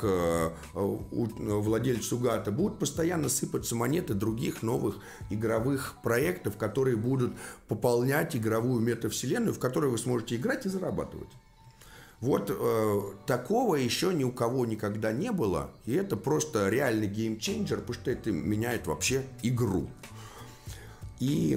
владельцу Гато, будут постоянно сыпаться монеты других новых игровых проектов, которые будут пополнять игровую метавселенную, в которой вы сможете играть и зарабатывать. Вот такого еще ни у кого никогда не было, и это просто реальный геймченджер, потому что это меняет вообще игру. И,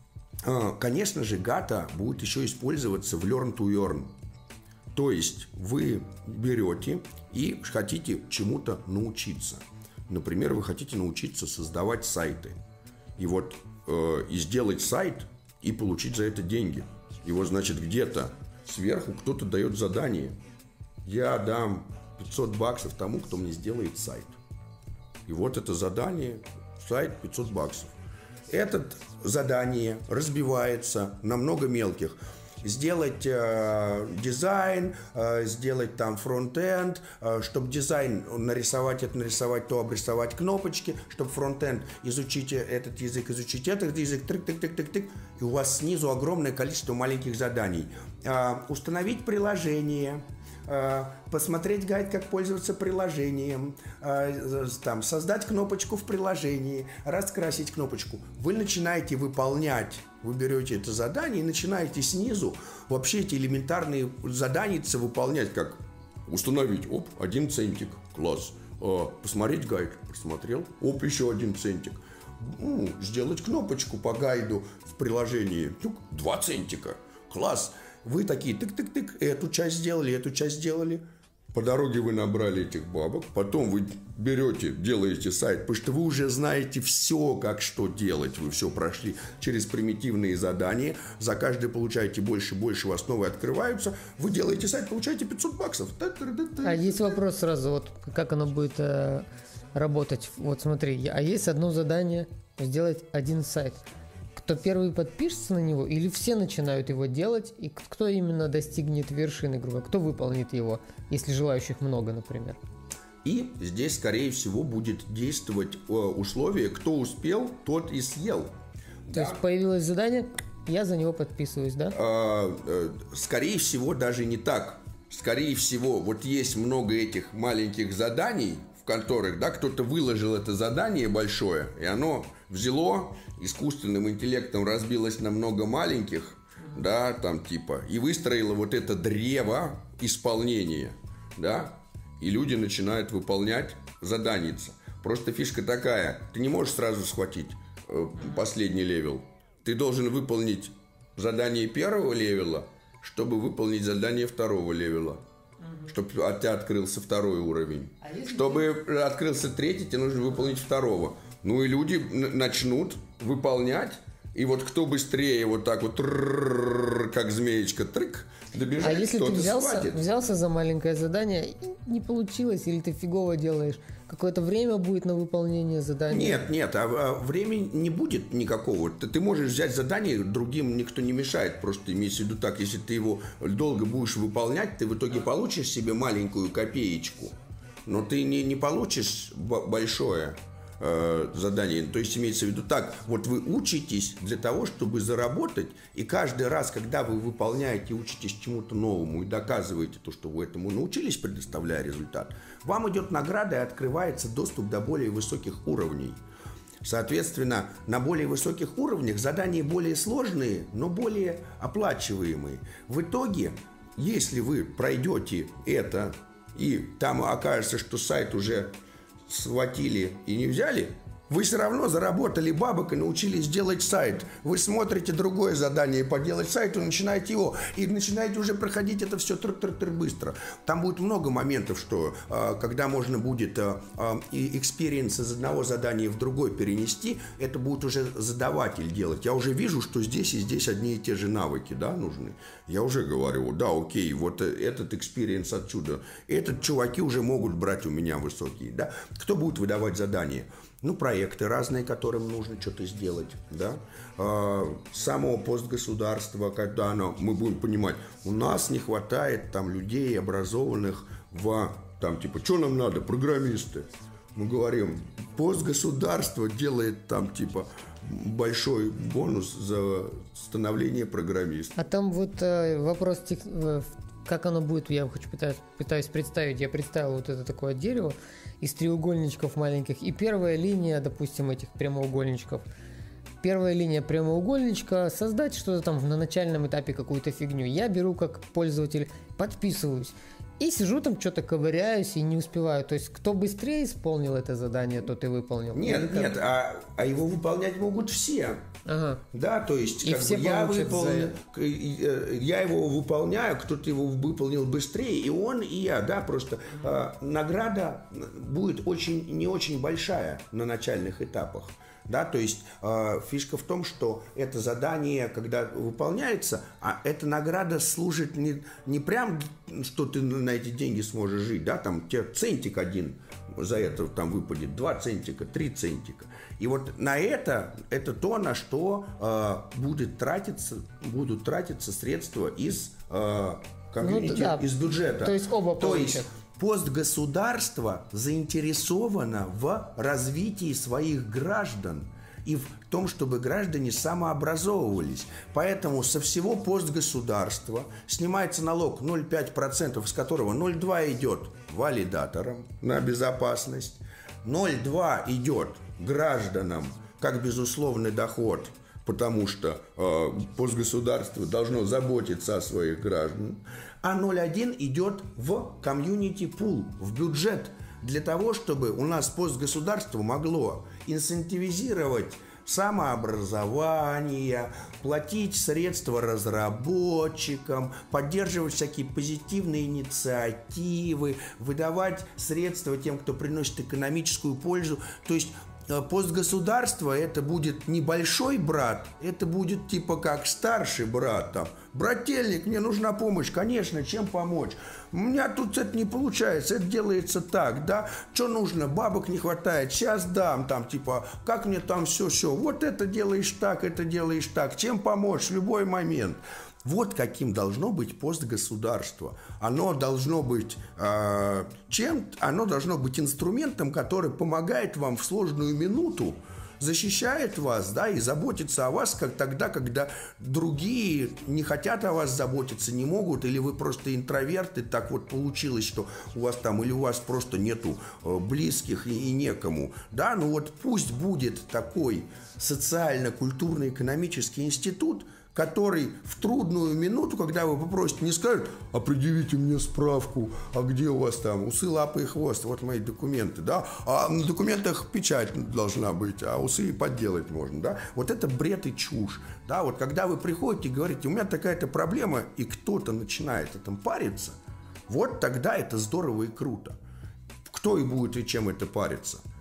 конечно же, Гато будет еще использоваться в Learn to Earn. То есть вы берете и хотите чему-то научиться. Например, вы хотите научиться создавать сайты. И вот и сделать сайт и получить за это деньги. И вот, значит, где-то сверху кто-то дает задание. Я дам $500 тому, кто мне сделает сайт. И вот это задание, сайт $500. Это задание разбивается на много мелких. Сделать дизайн, сделать там фронт-энд, чтобы дизайн нарисовать, то обрисовать кнопочки, чтобы фронт-энд изучить этот язык, тык-тык-тык-тык, и у вас снизу огромное количество маленьких заданий. Установить приложение, посмотреть гайд, как пользоваться приложением, там, создать кнопочку в приложении, раскрасить кнопочку. Вы начинаете выполнять, вы берете это задание и начинаете снизу вообще эти элементарные задания выполнять, как установить, 1 центик, класс, посмотреть гайд, посмотрел, еще 1 центик, сделать кнопочку по гайду в приложении, 2 центика, класс. Вы такие тык-тык-тык, эту часть сделали. По дороге вы набрали этих бабок. Потом вы берете, делаете сайт, потому что вы уже знаете все, как что делать. Вы все прошли через примитивные задания. За каждое получаете больше и больше, у вас новые открываются. Вы делаете сайт, получаете $500. А есть вопрос сразу, вот как оно будет работать. Вот смотри, а есть одно задание сделать один сайт. Кто первый подпишется на него, или все начинают его делать, и кто именно достигнет вершины, грубо говоря, кто выполнит его, если желающих много, например. И здесь, скорее всего, будет действовать условие, кто успел, тот и съел. То есть появилось задание, я за него подписываюсь, да? Скорее всего, даже не так. Скорее всего, вот есть много этих маленьких заданий, в которых, да, кто-то выложил это задание большое, и оно взяло, искусственным интеллектом разбилось на много маленьких, да, там типа, и выстроило вот это древо исполнения, да, и люди начинают выполнять заданица. Просто фишка такая, ты не можешь сразу схватить последний левел, ты должен выполнить задание первого левела, чтобы выполнить задание второго левела. Чтобы от тебя открылся второй уровень. Чтобы открылся третий, тебе нужно выполнить второго. Ну и люди начнут выполнять. И вот кто быстрее вот так вот, как змеечка, добежать, а если ты взялся за маленькое задание и не получилось, или ты фигово делаешь, какое-то время будет на выполнение задания? Нет, времени не будет никакого. Ты можешь взять задание, другим никто не мешает. Просто имейся в виду так, если ты его долго будешь выполнять, ты в итоге получишь себе маленькую копеечку, но ты не получишь большое задание. То есть имеется в виду так, вот вы учитесь для того, чтобы заработать, и каждый раз, когда вы выполняете, учитесь чему-то новому и доказываете то, что вы этому научились, предоставляя результат, вам идет награда и открывается доступ до более высоких уровней. Соответственно, на более высоких уровнях задания более сложные, но более оплачиваемые. В итоге, если вы пройдете это, и там окажется, что сайт уже схватили и не взяли, вы все равно заработали бабок и научились делать сайт. Вы смотрите другое задание поделать сайт, вы начинаете его, и начинаете уже проходить это все быстро. Там будет много моментов, что когда можно будет экспириенс из одного задания в другой перенести, это будет уже задаватель делать. Я уже вижу, что здесь и здесь одни и те же навыки, да, нужны. Я уже говорю, да, окей, вот этот экспириенс отсюда. Этот чуваки уже могут брать у меня высокие, да. Кто будет выдавать задания? Ну, проекты разные, которым нужно что-то сделать, да. Само постгосударство, когда мы будем понимать, у нас не хватает там людей образованных там, типа, что нам надо, программисты. Мы говорим, постгосударство делает там, типа, большой бонус за становление программиста. А там вот вопрос, как оно будет, я пытаюсь представить. Я представил вот это такое дерево из треугольничков маленьких. И первая линия, допустим, этих прямоугольничков. Первая линия прямоугольничка, создать что-то там на начальном этапе, какую-то фигню. Я беру как пользователь, подписываюсь. И сижу там, что-то ковыряюсь и не успеваю. То есть, кто быстрее исполнил это задание, тот и выполнил. Нет, а его выполнять могут все. Ага. Да, то есть, и как все бы я его выполняю, кто-то его выполнил быстрее, и он, и я, да, просто награда будет не очень большая на начальных этапах. Да, то есть фишка в том, что это задание, когда выполняется, а эта награда служит не прям, что ты на эти деньги сможешь жить, да, там тебе центик один за это там выпадет, 2 центика, 3 центика. И вот на это то, на что будут тратиться средства из комьюнити, из бюджета. То есть оба получат. Постгосударство заинтересовано в развитии своих граждан и в том, чтобы граждане самообразовывались. Поэтому со всего постгосударства снимается налог 0,5%, из которого 0,2 идет валидаторам на безопасность, 0,2 идет гражданам как безусловный доход, потому что постгосударство должно заботиться о своих гражданах, а 0,1 идет в комьюнити пул, в бюджет, для того, чтобы у нас постгосударство могло инцентивизировать самообразование, платить средства разработчикам, поддерживать всякие позитивные инициативы, выдавать средства тем, кто приносит экономическую пользу. То есть постгосударство это будет не большой брат, это будет типа как старший брат там. Брательник, мне нужна помощь, конечно, чем помочь? У меня тут это не получается, это делается так, да? Что нужно? Бабок не хватает, сейчас дам, там типа, как мне там все, вот это делаешь так, чем помочь в любой момент. Вот каким должно быть постгосударство. Оно должно быть оно должно быть инструментом, который помогает вам в сложную минуту, защищает вас, да, и заботится о вас, как тогда, когда другие не хотят о вас заботиться, не могут, или вы просто интроверты, так вот получилось, что у вас там, или у вас просто нету близких и некому, да, ну вот пусть будет такой социально-культурно-экономический институт, который в трудную минуту, когда вы попросите, не скажет, а предъявите мне справку, а где у вас там усы, лапы и хвост, вот мои документы, да, а на документах печать должна быть, а усы подделать можно, да, вот это бред и чушь, да, вот когда вы приходите и говорите, у меня такая-то проблема, и кто-то начинает этом париться, вот тогда это здорово и круто. Кто и будет и чем это париться?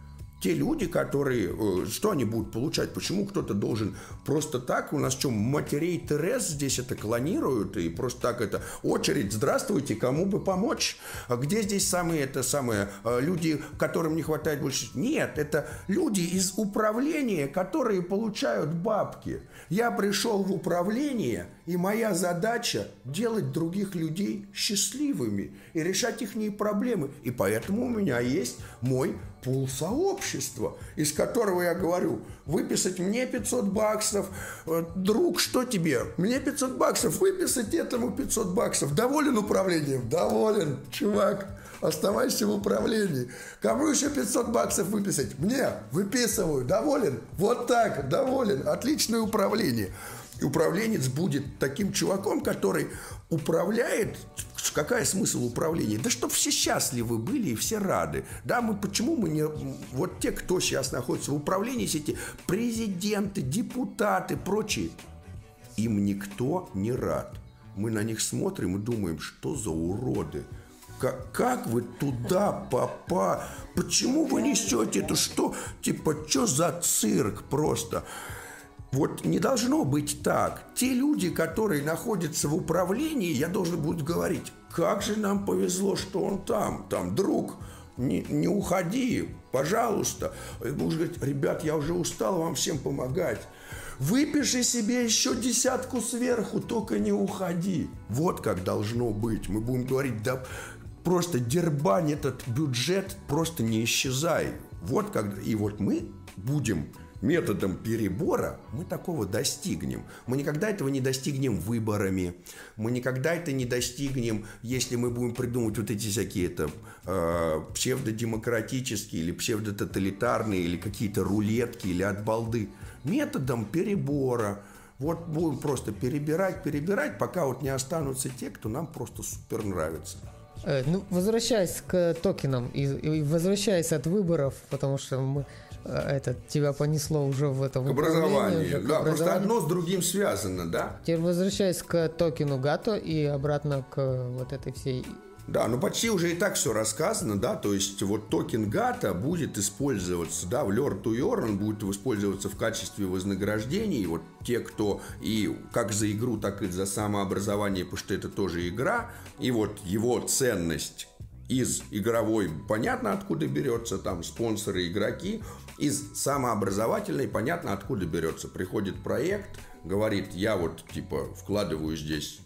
те люди, которые, что они будут получать? Почему кто-то должен просто так? У нас что, матерей Терез здесь это клонируют, и просто так это очередь, здравствуйте, кому бы помочь? А где здесь самые люди, которым не хватает больше? Нет, это люди из управления, которые получают бабки. Я пришел в управление, и моя задача делать других людей счастливыми и решать их проблемы. И поэтому у меня есть мой пул сообщества, из которого я говорю: выписать мне 500 баксов, друг, что тебе? Мне 500 баксов, выписать этому 500 баксов. Доволен управлением? Доволен, чувак. Оставайся в управлении. Кому еще 500 баксов выписать? Мне. Выписываю. Доволен? Вот так. Доволен. Отличное управление. И управленец будет таким чуваком, который управляет. Какой смысл управления? Да чтобы все счастливы были и все рады. Да, почему мы не... Вот те, кто сейчас находится в управлении, все эти президенты, депутаты, прочие, им никто не рад. Мы на них смотрим и думаем, что за уроды. Как вы туда попали? Почему вы несете это? Что за цирк просто? Вот не должно быть так. Те люди, которые находятся в управлении, я должен буду говорить: как же нам повезло, что он там, друг, не уходи, пожалуйста. И будешь говорить: ребят, я уже устал вам всем помогать. Выпиши себе еще 10 сверху, только не уходи. Вот как должно быть. Мы будем говорить: да просто дербань этот бюджет, просто не исчезай. Вот как. И вот мы будем методом перебора, мы такого достигнем. Мы никогда этого не достигнем выборами. Мы никогда это не достигнем, если мы будем придумывать вот эти всякие псевдодемократические или псевдототалитарные, или какие-то рулетки, или от балды. Методом перебора. Вот будем просто перебирать, пока вот не останутся те, кто нам просто супер нравится. Возвращаясь к токенам и возвращаясь от выборов, потому что тебя понесло уже в этом образовании. Да, просто одно с другим связано, да. Теперь возвращаясь к токену ГАТО и обратно к вот этой всей... Да, почти уже и так все рассказано, да, то есть вот токен ГАТО будет использоваться, да, в Learn to Earn, он будет использоваться в качестве вознаграждения, и вот те, кто и как за игру, так и за самообразование, потому что это тоже игра, и вот его ценность из игровой, понятно, откуда берется, там спонсоры, игроки, из самообразовательной, понятно, откуда берется. Приходит проект, говорит: я вот вкладываю здесь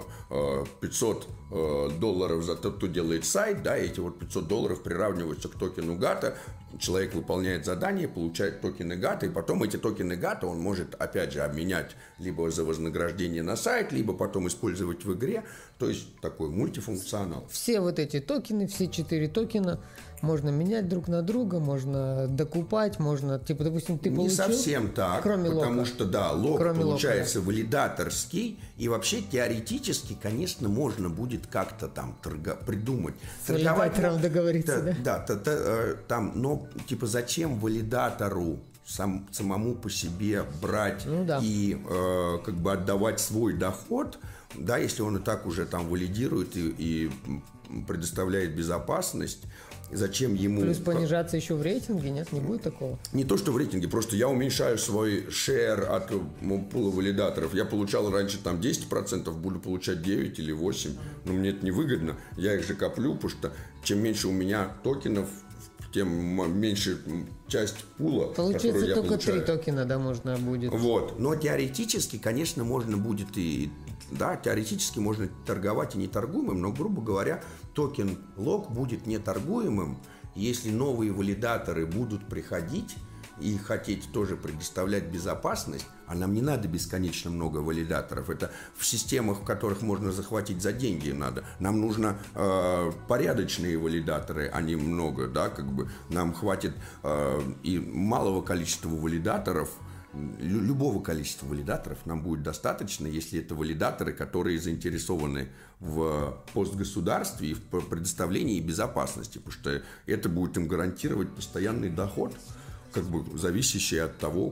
$500 за то, кто делает сайт, да, и эти вот $500 приравниваются к токену ГАТО. Человек выполняет задание, получает токены ГАТО, и потом эти токены ГАТО он может, опять же, обменять либо за вознаграждение на сайт, либо потом использовать в игре. То есть такой мультифункционал. Все вот эти токены, все 4 токена можно менять друг на друга, можно докупать, можно, допустим, ты получил... Не совсем так, потому что, да, лок получается валидаторский, и вообще теоретически, конечно, можно будет как-то там придумать. С валидатором договориться, да? Да, но зачем валидатору самому по себе брать и отдавать свой доход, да, если он и так уже там валидирует и предоставляет безопасность, зачем ему... Плюс понижаться еще в рейтинге, нет, не будет такого? Не то, что в рейтинге, просто я уменьшаю свой шер от пула валидаторов. Я получал раньше 10%, буду получать 9 или 8, но мне это невыгодно. Я их же коплю, потому что чем меньше у меня токенов, тем меньше часть пула, получается, я только получаю. 3 токена, да, можно будет. Вот, но теоретически, конечно, можно будет теоретически можно торговать и неторгуемым, но, грубо говоря, токен лок будет неторгуемым, если новые валидаторы будут приходить и хотеть тоже предоставлять безопасность, а нам не надо бесконечно много валидаторов. Это в системах, в которых можно захватить за деньги надо. Нам нужно порядочные валидаторы, а не много, да, нам хватит и малого количества валидаторов. Любого количества валидаторов нам будет достаточно, если это валидаторы, которые заинтересованы в постгосударстве и в предоставлении безопасности, потому что это будет им гарантировать постоянный доход, зависящий от того,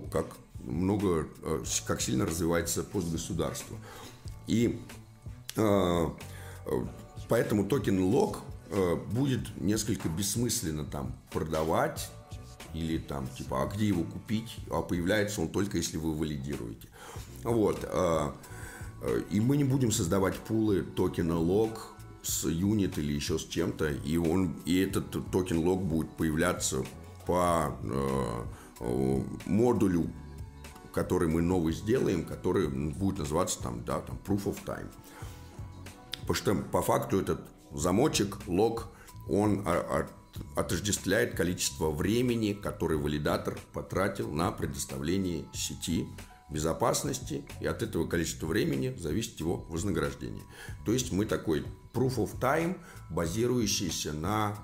как сильно развивается постгосударство. И поэтому токен лок будет несколько бессмысленно продавать или там типа, а где его купить, а появляется он только если вы валидируете. Вот. И мы не будем создавать пулы токена лог с юнит или еще с чем-то, и этот токен лог будет появляться по модулю, который мы новый сделаем, который будет называться там Proof of Time. Потому что по факту этот замочек, лог, он отождествляет количество времени, которое валидатор потратил на предоставление сети безопасности, и от этого количества времени зависит его вознаграждение. То есть мы такой Proof of Time, базирующийся на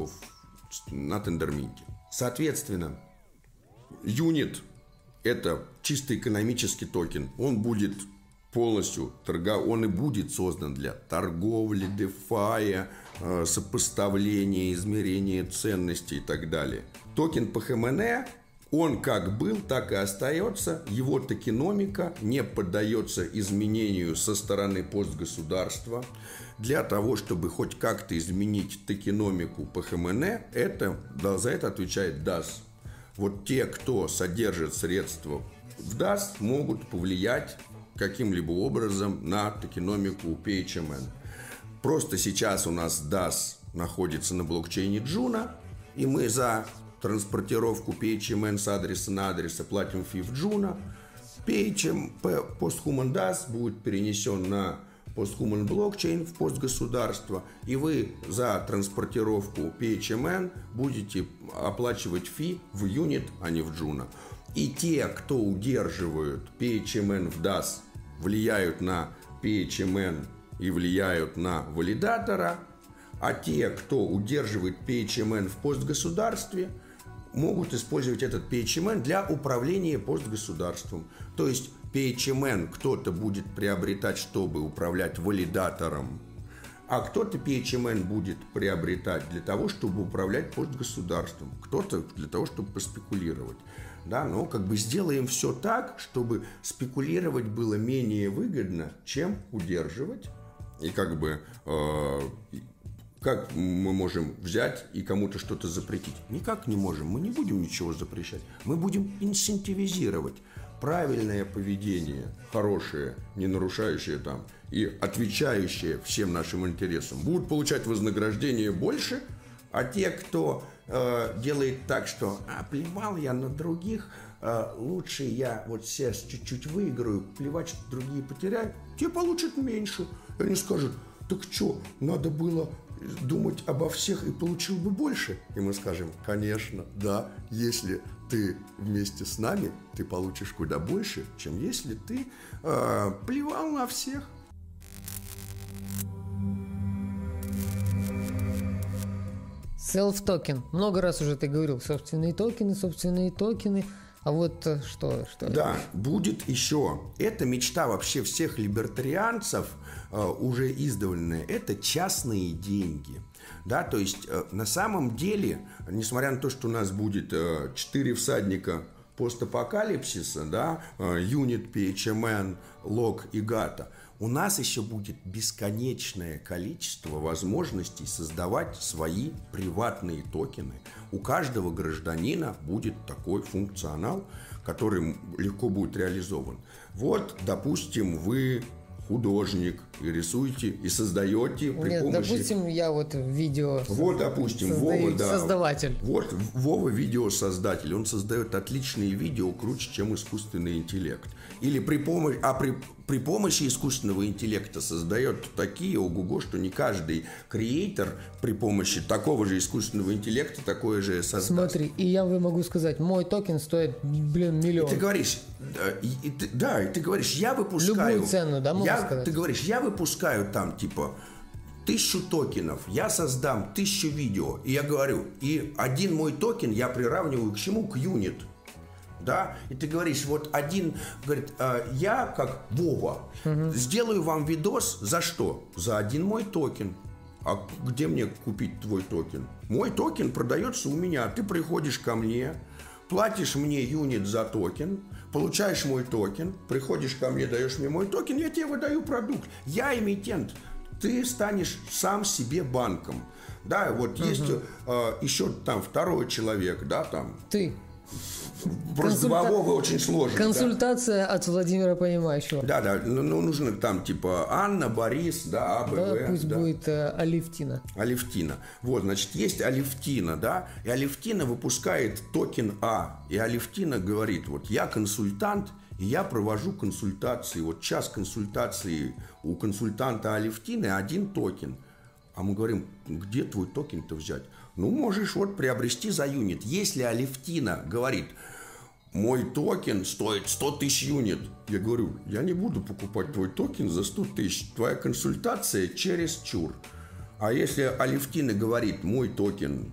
тендерминте. Соответственно, юнит – это чисто экономический токен. Он будет полностью он и будет создан для торговли, DeFi, сопоставления, измерения ценностей и так далее. Токен ПХМН, он как был, так и остается. Его токеномика не поддается изменению со стороны постгосударства. Для того, чтобы хоть как-то изменить токеномику ПХМН, за это отвечает DAS. Вот те, кто содержит средства в DAS, могут повлиять каким-либо образом на токеномику PHMN. Просто сейчас у нас DAS находится на блокчейне Juno, и мы за транспортировку PHMN с адреса на адрес платим фи в Juno. Posthuman DAS будет перенесен на Posthuman блокчейн в постгосударство, и вы за транспортировку PHMN будете оплачивать фи в юнит, а не в Juno. И те, кто удерживают PHMN в DAS, влияют на PHMN и влияют на валидатора, а те, кто удерживает PHMN в постгосударстве, могут использовать этот PHMN для управления постгосударством. То есть PHMN кто-то будет приобретать, чтобы управлять валидатором, а кто-то PHMN будет приобретать для того, чтобы управлять постгосударством, кто-то для того, чтобы поспекулировать. Да, но как бы сделаем все так, чтобы спекулировать было менее выгодно, чем удерживать. И как бы как мы можем взять и кому-то что-то запретить? Никак не можем. Мы не будем ничего запрещать. Мы будем инцентивизировать правильное поведение, хорошее, не нарушающее там и отвечающее всем нашим интересам. Будут получать вознаграждение больше, а те, кто делает так, что плевал я на других, лучше я вот сейчас чуть-чуть выиграю, плевать, что другие потеряют, те получат меньше. И они скажут, так что, надо было думать обо всех и получил бы больше? И мы скажем, конечно, да, если ты вместе с нами, ты получишь куда больше, чем если ты плевал на всех. Self-токен. Много раз уже ты говорил, собственные токены. А вот что? Да, будет еще. Это мечта вообще всех либертарианцев, уже издавленная. Это частные деньги. Да, то есть на самом деле, несмотря на то, что у нас будет 4 всадника постапокалипсиса, да, Unit, PHMN, Log и Gata, у нас еще будет бесконечное количество возможностей создавать свои приватные токены. У каждого гражданина будет такой функционал, который легко будет реализован. Вот, допустим, вы художник и рисуете, и создаете при помощи... допустим, я вот видео... Вот, допустим, Вова, да. Создаватель. Вот, Вова видеосоздатель. Он создает отличные видео, круче, чем искусственный интеллект. Или при помощи искусственного интеллекта создает такие ого-го, что не каждый креатор при помощи такого же искусственного интеллекта такое же создаст. Смотри, и я могу сказать, мой токен стоит, миллион. И ты говоришь, ты говоришь, я выпускаю... Любую цену, да, могу сказать? Ты говоришь, я выпускаю там, типа, 1000 токенов, я создам 1000 видео. И я говорю, и один мой токен я приравниваю к чему? К юнит. Да? И ты говоришь, вот один говорит, я как Вова сделаю вам видос за что? За один мой токен. А где мне купить твой токен? Мой токен продается у меня. Ты приходишь ко мне, платишь мне юнит за токен, получаешь мой токен, приходишь ко мне, даешь мне мой токен, я тебе выдаю продукт. Я эмитент. ты станешь сам себе банком. Да, вот есть еще там второй человек, да, там. Ты. Просто Вовога очень сложно. Консультация от Владимира Понимающего. Да, ну нужно там типа Анна, Борис, да, АБВ. Да, пусть будет Алевтина. Алевтина. Вот, значит, есть Алевтина, да, и Алевтина выпускает токен А. И Алевтина говорит, вот я консультант, и я провожу консультации. Вот час консультации у консультанта Алевтины 1 токен. А мы говорим, где твой токен-то взять? Ну, можешь вот приобрести за юнит. Если Алевтина говорит, мой токен стоит 100 тысяч юнит, я говорю, я не буду покупать твой токен за 100 тысяч. Твоя консультация чересчур. А если Алевтина говорит, мой токен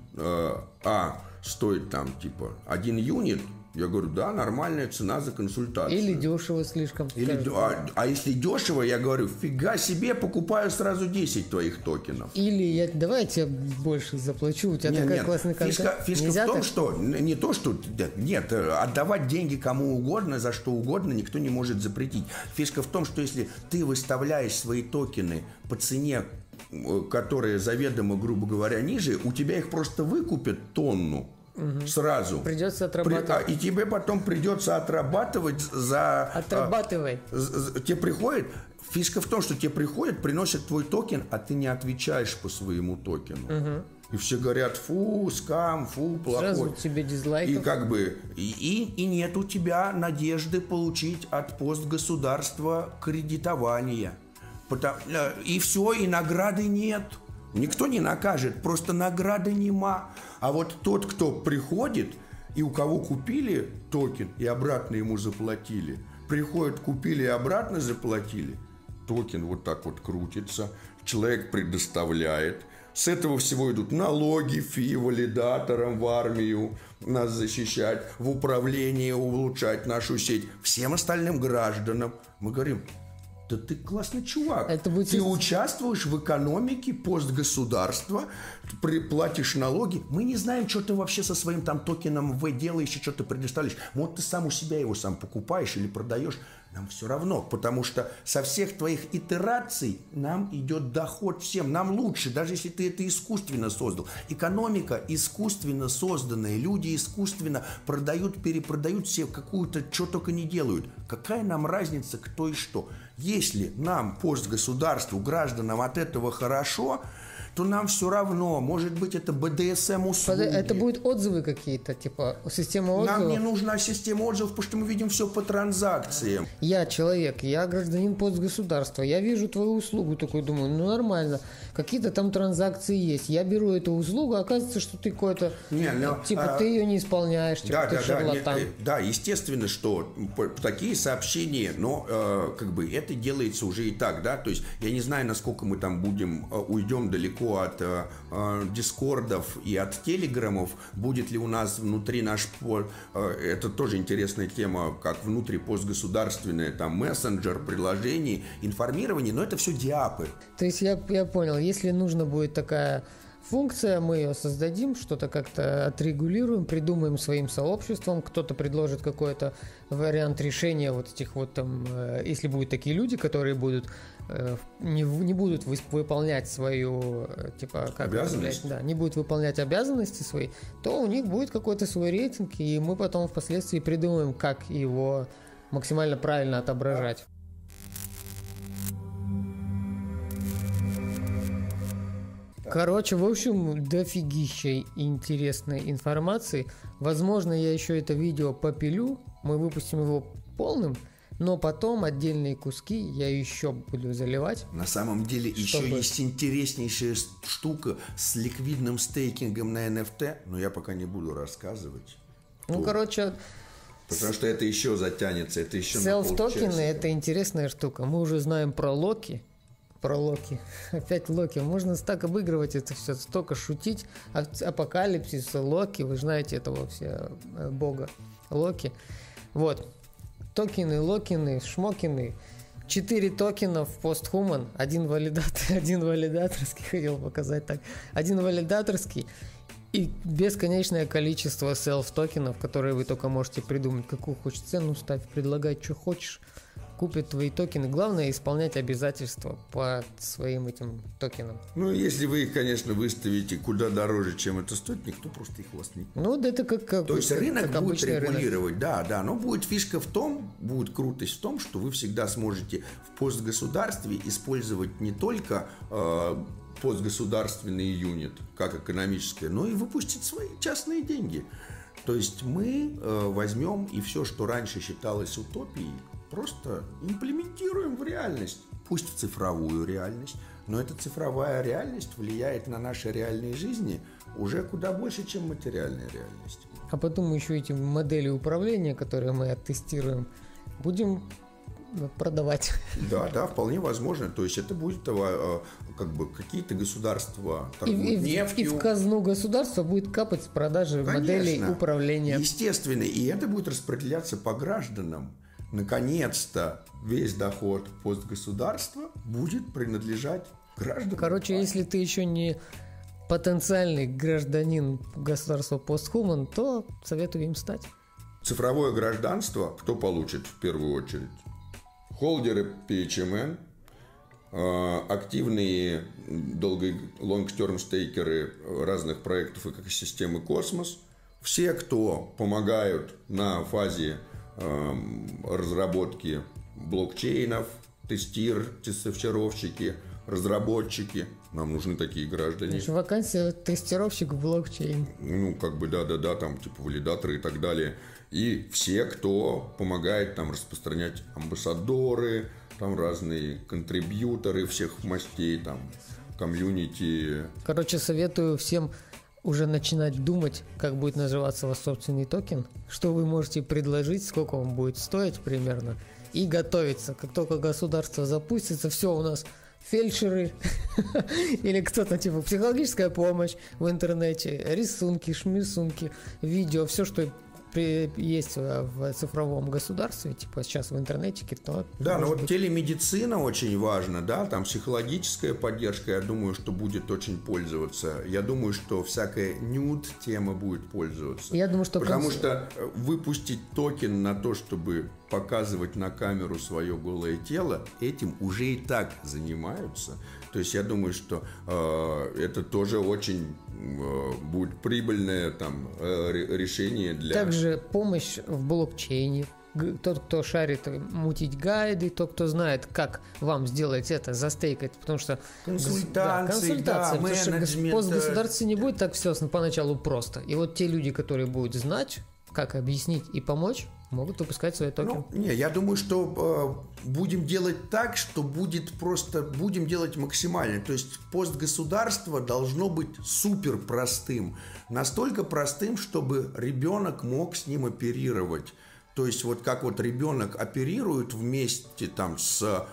стоит там типа 1 юнит, я говорю, да, нормальная цена за консультацию. Или дешево слишком. А если дешево, я говорю, фига себе, покупаю сразу 10 твоих токенов. Или давай я тебе больше заплачу, у тебя такой классный контент. Фишка в том, что не то, что нет, отдавать деньги кому угодно, за что угодно никто не может запретить. Фишка в том, что если ты выставляешь свои токены по цене, которая заведомо, грубо говоря, ниже, у тебя их просто выкупят тонну. Сразу. Придется отрабатывать. И тебе потом придется отрабатывать за... Отрабатывай. Тебе приходит... Фишка в том, что тебе приходит, приносят твой токен, а ты не отвечаешь по своему токену. И все говорят, фу, скам, фу, плохой. Сразу тебе дизлайков. И как бы... И нет у тебя надежды получить от постгосударства кредитование. И все, и награды нет. Никто не накажет, просто награды нема. А вот тот, кто приходит, и у кого купили токен, и обратно ему заплатили, приходят, купили и обратно заплатили, токен вот так вот крутится, человек предоставляет. С этого всего идут налоги, фи, валидаторам в армию, нас защищать, в управлении улучшать нашу сеть, всем остальным гражданам. Мы говорим... Да ты классный чувак. Ты участвуешь в экономике постгосударства, платишь налоги. Мы не знаем, что ты вообще со своим там токеном В делаешь и что ты предоставляешь. Вот ты сам у себя его сам покупаешь или продаешь. Нам все равно, потому что со всех твоих итераций нам идет доход всем. Нам лучше, даже если ты это искусственно создал. Экономика искусственно созданная. Люди искусственно продают, перепродают все какую-то, что только не делают. Какая нам разница, кто и что? Если нам, постгосударству, гражданам от этого хорошо, то нам все равно. Может быть, это БДСМ-услуги. Это будут отзывы какие-то, типа система отзывов? Нам не нужна система отзывов, потому что мы видим все по транзакциям. Я человек, я гражданин постгосударства. Я вижу твою услугу, такой думаю, ну нормально. Какие-то там транзакции есть. Я беру эту услугу, оказывается, что ты какой-то... ты ее не исполняешь, ты шарлатан. Да, естественно, что такие сообщения, но как бы это делается уже и так, да. То есть я не знаю, насколько мы там уйдем далеко от дискордов и от телеграммов, будет ли у нас внутри это тоже интересная тема, как внутри постгосударственное, там, мессенджер, приложений, информирование, но это все диапы. То есть я понял, если нужна будет такая функция, мы ее создадим, что-то как-то отрегулируем, придумаем своим сообществом, кто-то предложит какой-то вариант решения вот этих вот там, если будут такие люди, которые будут не будут выполнять свою обязанность, не будут выполнять обязанности свои, то у них будет какой-то свой рейтинг, и мы потом впоследствии придумаем, как его максимально правильно отображать. Короче, в общем, дофигища интересной информации. Возможно, я еще это видео попилю, мы выпустим его полным, но потом отдельные куски я еще буду заливать. На самом деле еще есть интереснейшая штука с ликвидным стейкингом на NFT, но я пока не буду рассказывать. Короче... Потому что это еще затянется, это еще на полчаса. Селф-токены – это интересная штука. Мы уже знаем про Локи. Опять Локи. Можно так обыгрывать это все, столько шутить. Апокалипсис, Локи, вы знаете этого все бога Локи. Вот. Токены, локины, шмокины. 4 токена в постхуман. Один валидаторский, хотел показать так. Один валидаторский. И бесконечное количество селф-токенов, которые вы только можете придумать. Какую хочешь цену ставь, предлагай, что хочешь. купит твои токены. Главное исполнять обязательства по своим этим токенам. Ну, если вы их, конечно, выставите куда дороже, чем это стоит, никто просто их у вас не купит. Ну, это как То есть рынок как будет регулировать, рынок. да, но будет фишка в том, будет крутость в том, что вы всегда сможете в постгосударстве использовать не только постгосударственный юнит, как экономическое, но и выпустить свои частные деньги. То есть мы возьмем и все, что раньше считалось утопией, просто имплементируем в реальность. Пусть в цифровую реальность, но эта цифровая реальность влияет на наши реальные жизни уже куда больше, чем материальная реальность. А потом еще эти модели управления, которые мы оттестируем, будем продавать. Да, вполне возможно. То есть это будет как бы какие-то государства торгуют нефтью. И в казну государства будет капать с продажи моделей управления. Естественно. И это будет распределяться по гражданам. Наконец-то весь доход постгосударства будет принадлежать гражданам. Короче, если ты еще не потенциальный гражданин государства постхуман, то советую им стать. Цифровое гражданство кто получит в первую очередь? Холдеры PHMN, активные long-term стейкеры разных проектов экосистемы Космос, все, кто помогают на фазе разработки блокчейнов, тестировщики, разработчики. Нам нужны такие граждане. Значит, вакансия тестировщик блокчейн. Ну, как бы, да, там, типа, валидаторы и так далее. И все, кто помогает там распространять амбассадоры, там разные контрибьюторы всех мастей, там, комьюнити. Короче, советую всем уже начинать думать, как будет называться ваш собственный токен, что вы можете предложить, сколько он будет стоить примерно, и готовиться. Как только государство запустится, все у нас фельдшеры или кто-то типа психологическая помощь в интернете, рисунки, шмисунки, видео, все, что есть в цифровом государстве, типа сейчас в интернете, то... Да, но вот телемедицина очень важна, да, там психологическая поддержка, я думаю, что будет очень пользоваться. Я думаю, что всякая нюд-тема будет пользоваться. Я думаю, что... Потому что выпустить токен на то, чтобы показывать на камеру свое голое тело, этим уже и так занимаются. То есть я думаю, что это тоже очень будет прибыльное там решение для... Также помощь в блокчейне. Тот, кто шарит мутить гайды, тот, кто знает, как вам сделать это, застейкать, потому что... Консультации, да, потому менеджмент. что в постгосударстве не будет так все поначалу просто. И вот те люди, которые будут знать, как объяснить и помочь, могут выпускать свои токены. Я думаю, что будем делать так, что будем делать максимально. То есть постгосударство должно быть супер простым. Настолько простым, чтобы ребенок мог с ним оперировать. То есть вот как вот ребенок оперирует вместе там с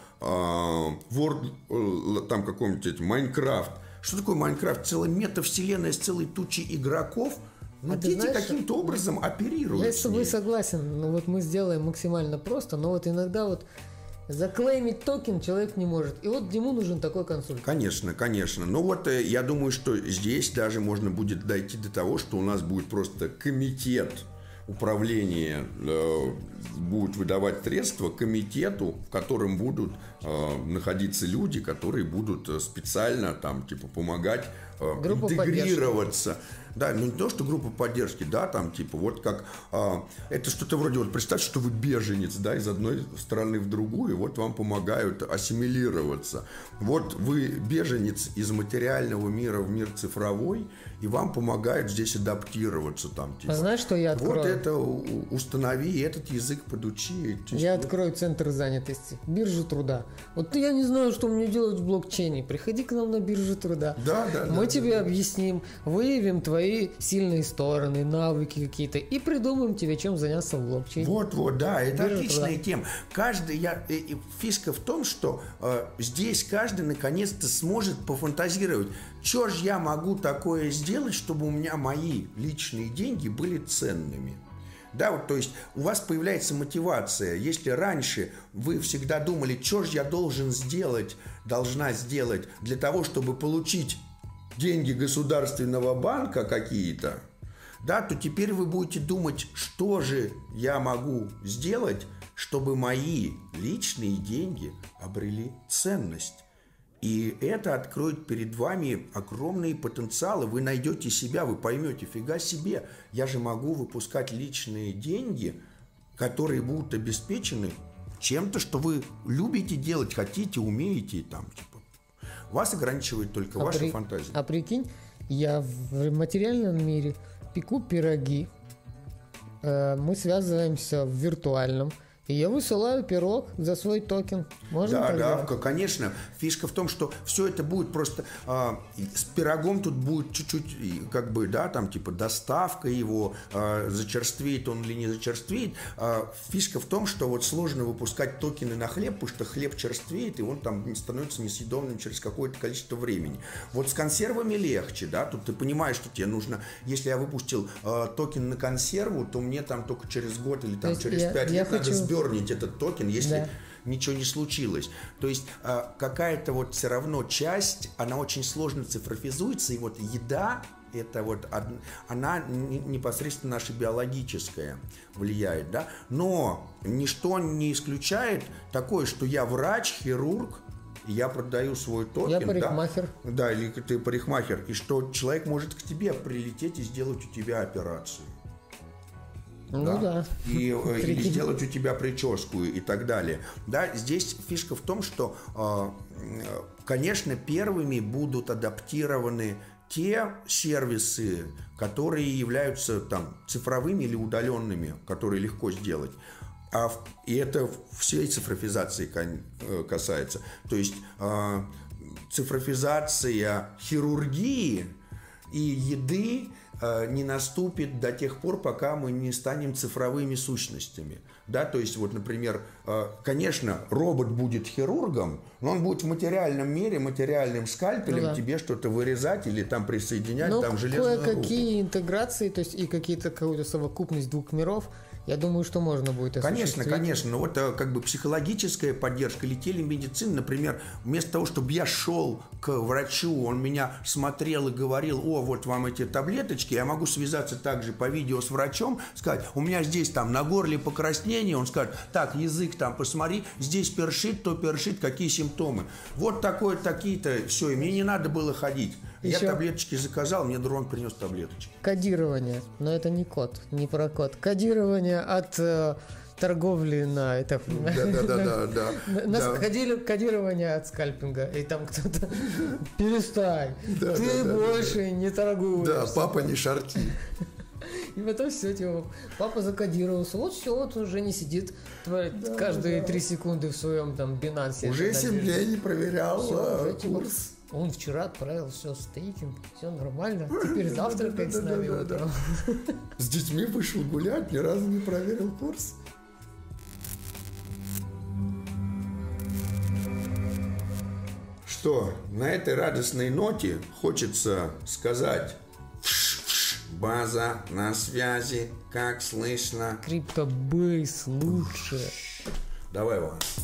World, там каком-нибудь Майнкрафт. Что такое Майнкрафт? Целая метавселенная с целой тучей игроков. Но дети каким-то образом оперируют. Я с тобой согласен. Ну вот мы сделаем максимально просто, но вот иногда вот заклеймить токен человек не может. И вот ему нужен такой консультант. Конечно. Но вот я думаю, что здесь даже можно будет дойти до того, что у нас будет просто комитет управления будет выдавать средства комитету, в котором будут находиться люди, которые будут специально там типа помогать интегрироваться. Да, ну не то, что группа поддержки, да, там типа вот как это что-то вроде, вот представьте, что вы беженец, да, из одной страны в другую, вот вам помогают ассимилироваться. Вот вы беженец из материального мира в мир цифровой, и вам помогают здесь адаптироваться там типа. Знаешь, что я открою? Вот это установи, этот язык подучи. Я открою центр занятости, биржу труда. Вот я не знаю, что мне делать в блокчейне. Приходи к нам на биржу труда. Мы тебе объясним, выявим твои сильные стороны, навыки какие-то и придумаем тебе, чем заняться в блокчейне. Вот, да, это отличная тема. Фишка в том, что здесь каждый наконец-то сможет пофантазировать, что же я могу такое сделать, чтобы у меня мои личные деньги были ценными. Да, вот, то есть у вас появляется мотивация. Если раньше вы всегда думали, что же я должна сделать для того, чтобы получить деньги государственного банка какие-то, да, то теперь вы будете думать, что же я могу сделать, чтобы мои личные деньги обрели ценность. И это откроет перед вами огромные потенциалы. Вы найдете себя, вы поймете, фига себе, я же могу выпускать личные деньги, которые будут обеспечены чем-то, что вы любите делать, хотите, умеете. Там, типа. Вас ограничивает только ваша фантазия. А прикинь, я в материальном мире пеку пироги, мы связываемся в виртуальном, и я высылаю пирог за свой токен. Можно так делать? Да, конечно. Фишка в том, что все это будет просто... с пирогом тут будет чуть-чуть, как бы, да, там, типа, доставка его, зачерствеет он или не зачерствеет. Фишка в том, что вот сложно выпускать токены на хлеб, потому что хлеб черствеет, и он там становится несъедобным через какое-то количество времени. Вот с консервами легче, да, тут ты понимаешь, что тебе нужно... Если я выпустил токен на консерву, то мне там только через год или там через 5 лет надо сбернить этот токен, если ничего не случилось. То есть какая-то вот все равно часть, она очень сложно цифровизуется, и вот еда, это вот она непосредственно наша биологическая влияет, да, но ничто не исключает такое, что я врач, хирург, я продаю свой токен. Я парикмахер. Да, или ты парикмахер, и что человек может к тебе прилететь и сделать у тебя операцию. Ну да. Или сделать у тебя прическу и так далее. Да, здесь фишка в том, что, конечно, первыми будут адаптированы те сервисы, которые являются там цифровыми или удаленными, которые легко сделать. И это всей цифровизации касается. То есть цифровизация хирургии и еды не наступит до тех пор, пока мы не станем цифровыми сущностями. Да, то есть, вот, например, конечно, робот будет хирургом, но он будет в материальном мире, материальным скальпелем тебе что-то вырезать или там присоединять там железную руку. Кое-какие интеграции, то есть и какую-то совокупность двух миров, я думаю, что можно будет осуществить. Конечно. Но вот как бы психологическая поддержка или телемедицина, например, вместо того, чтобы я шел к врачу, он меня смотрел и говорил: о, вот вам эти таблеточки, я могу связаться также по видео с врачом, сказать: у меня здесь там на горле покраснение, он скажет: так, язык там посмотри, здесь першит, то першит, какие симптомы. Вот такие-то, все, и мне не надо было ходить. Я таблеточки заказал, мне дрон принес таблеточки. Кодирование, но это не код, не про код. Кодирование от торговли на это. Кодирование от скальпинга. И там кто-то: перестань, ты больше не торгуешь. Да, папа не шарки. И потом все, типа, папа закодировался. Вот все, вот уже не сидит каждые 3 секунды в своем там Binance. Уже 7 дней не проверял курс. Он вчера отправил все стейкинг, все нормально. Теперь завтракает с нами утром. С детьми вышел гулять, ни разу не проверил курс. Что, на этой радостной ноте хочется сказать: база на связи, как слышно? Криптобейс лучше. Давай, Ван.